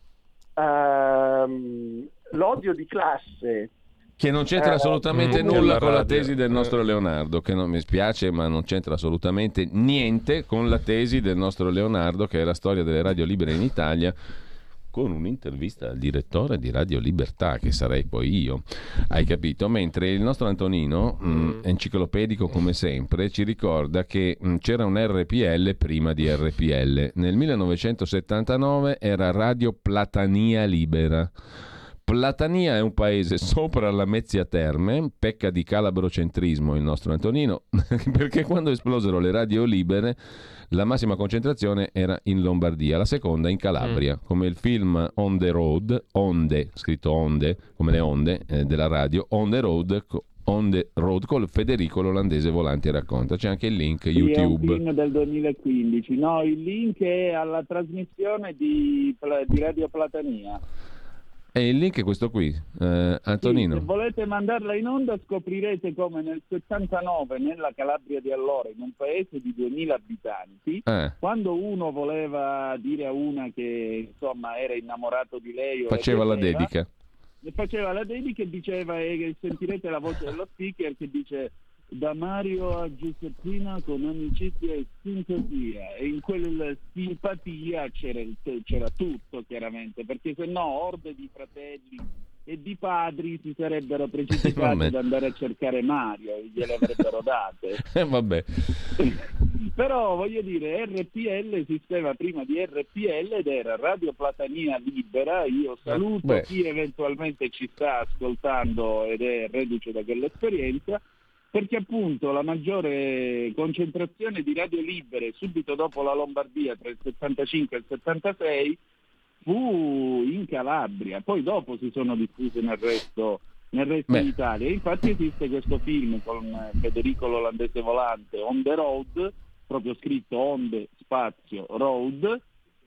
l'odio di classe, Che non c'entra assolutamente nulla con la tesi del nostro Leonardo, che non mi spiace, ma non c'entra assolutamente niente con la tesi del nostro Leonardo, che è la storia delle radio libere in Italia, con un'intervista al direttore di Radio Libertà, che sarei poi io, hai capito? Mentre il nostro Antonino, enciclopedico come sempre, ci ricorda che c'era un RPL prima di RPL. Nel 1979 era Radio Platania Libera. Platania è un paese sopra la Mezzia Terme, pecca di calabrocentrismo il nostro Antonino, perché quando esplosero le radio libere la massima concentrazione era in Lombardia, la seconda in Calabria, come il film On the Road, onde, scritto onde, come le onde della radio, On the Road con Federico l'olandese volante racconta. C'è anche il link YouTube. È un film del 2015, no, il link è alla trasmissione di Radio Platania. E il link è questo qui, Antonino. Sì, se volete mandarla in onda scoprirete come nel 79 nella Calabria di allora, in un paese di 2000 abitanti, quando uno voleva dire a una che insomma era innamorato di lei o faceva la dedica e diceva, e sentirete la voce dello speaker che dice: da Mario a Giuseppina con amicizia e simpatia, e in quella simpatia c'era tutto, chiaramente, perché se no orde di fratelli e di padri si sarebbero precipitati ad andare a cercare Mario e gliele avrebbero date. Vabbè. Però voglio dire, RPL esisteva prima di RPL ed era Radio Platania Libera. Io saluto chi eventualmente ci sta ascoltando ed è reduce da quell'esperienza, perché appunto la maggiore concentrazione di radio libere subito dopo la Lombardia tra il 75 e il 76 fu in Calabria, poi dopo si sono diffuse nel resto d'Italia. Infatti esiste questo film con Federico l'olandese volante, On the Road, proprio scritto Onde Spazio Road,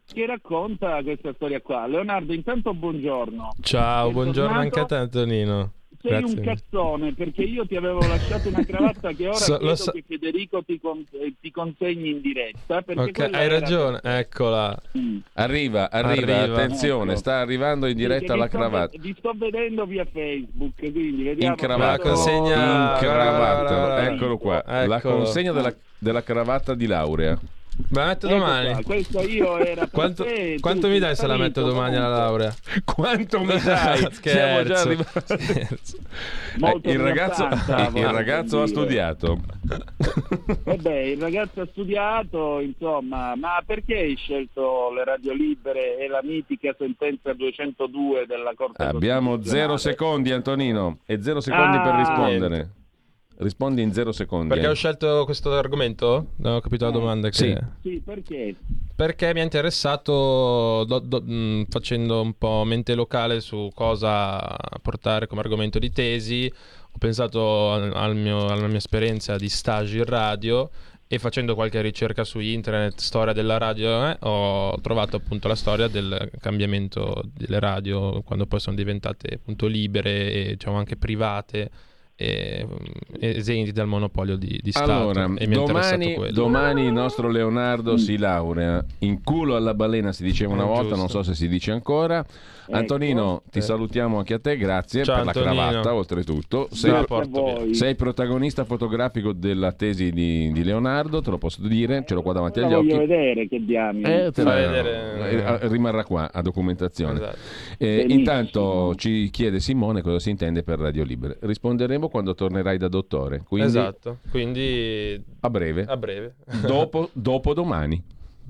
che racconta questa storia qua. Leonardo, intanto buongiorno. Ciao, buongiorno anche a te, Antonino. Sei Grazie. un cazzone, perché io ti avevo lasciato una cravatta che ora credo che Federico ti consegni in diretta. Ok, hai ragione, eccola. Arriva, attenzione, ecco. Sta arrivando in diretta la cravatta. Vi sto vedendo via Facebook, quindi vediamo. Incravato, eccolo qua, la consegna della cravatta di laurea. Me la metto domani. Questo io era quanto mi dai se la metto domani alla laurea? Quanto mi dai? Siamo già arrivati. Il ragazzo ha studiato. Vabbè, il ragazzo ha studiato, insomma, ma perché hai scelto le radio libere e la mitica sentenza 202 della Corte Abbiamo 0 secondi, Antonino, e 0 secondi per rispondere. Rispondi in 0 secondi. Perché ho scelto questo argomento? Non ho capito la domanda. Sì, perché? Perché mi ha interessato facendo un po' mente locale su cosa portare come argomento di tesi. Ho pensato alla mia esperienza di stage in radio e facendo qualche ricerca su internet, storia della radio, ho trovato appunto la storia del cambiamento delle radio quando poi sono diventate appunto libere e diciamo anche private, esenti dal monopolio di Stato. Allora, e mi è interessato quello. Domani il nostro Leonardo si laurea. In culo alla balena si diceva una volta, giusto. non so se si dice ancora. Antonino, ti salutiamo anche a te, grazie. Ciao, per Antonino. la cravatta, oltretutto. Sei protagonista fotografico della tesi di Leonardo, te lo posso dire, ce l'ho qua davanti agli occhi. Voglio vedere che diamine. Rimarrà qua a documentazione. Esatto. Intanto ci chiede Simone cosa si intende per Radio Libere. Risponderemo quando tornerai da dottore. Quindi, esatto, quindi a breve. Dopo domani.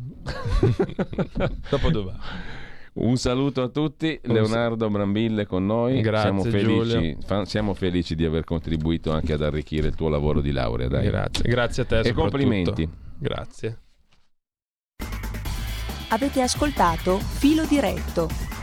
Dopo domani. Un saluto a tutti, Leonardo Brambille con noi. Grazie, siamo felici di aver contribuito anche ad arricchire il tuo lavoro di laurea. Dai. Grazie a te. E complimenti. Grazie. Avete ascoltato Filo Diretto,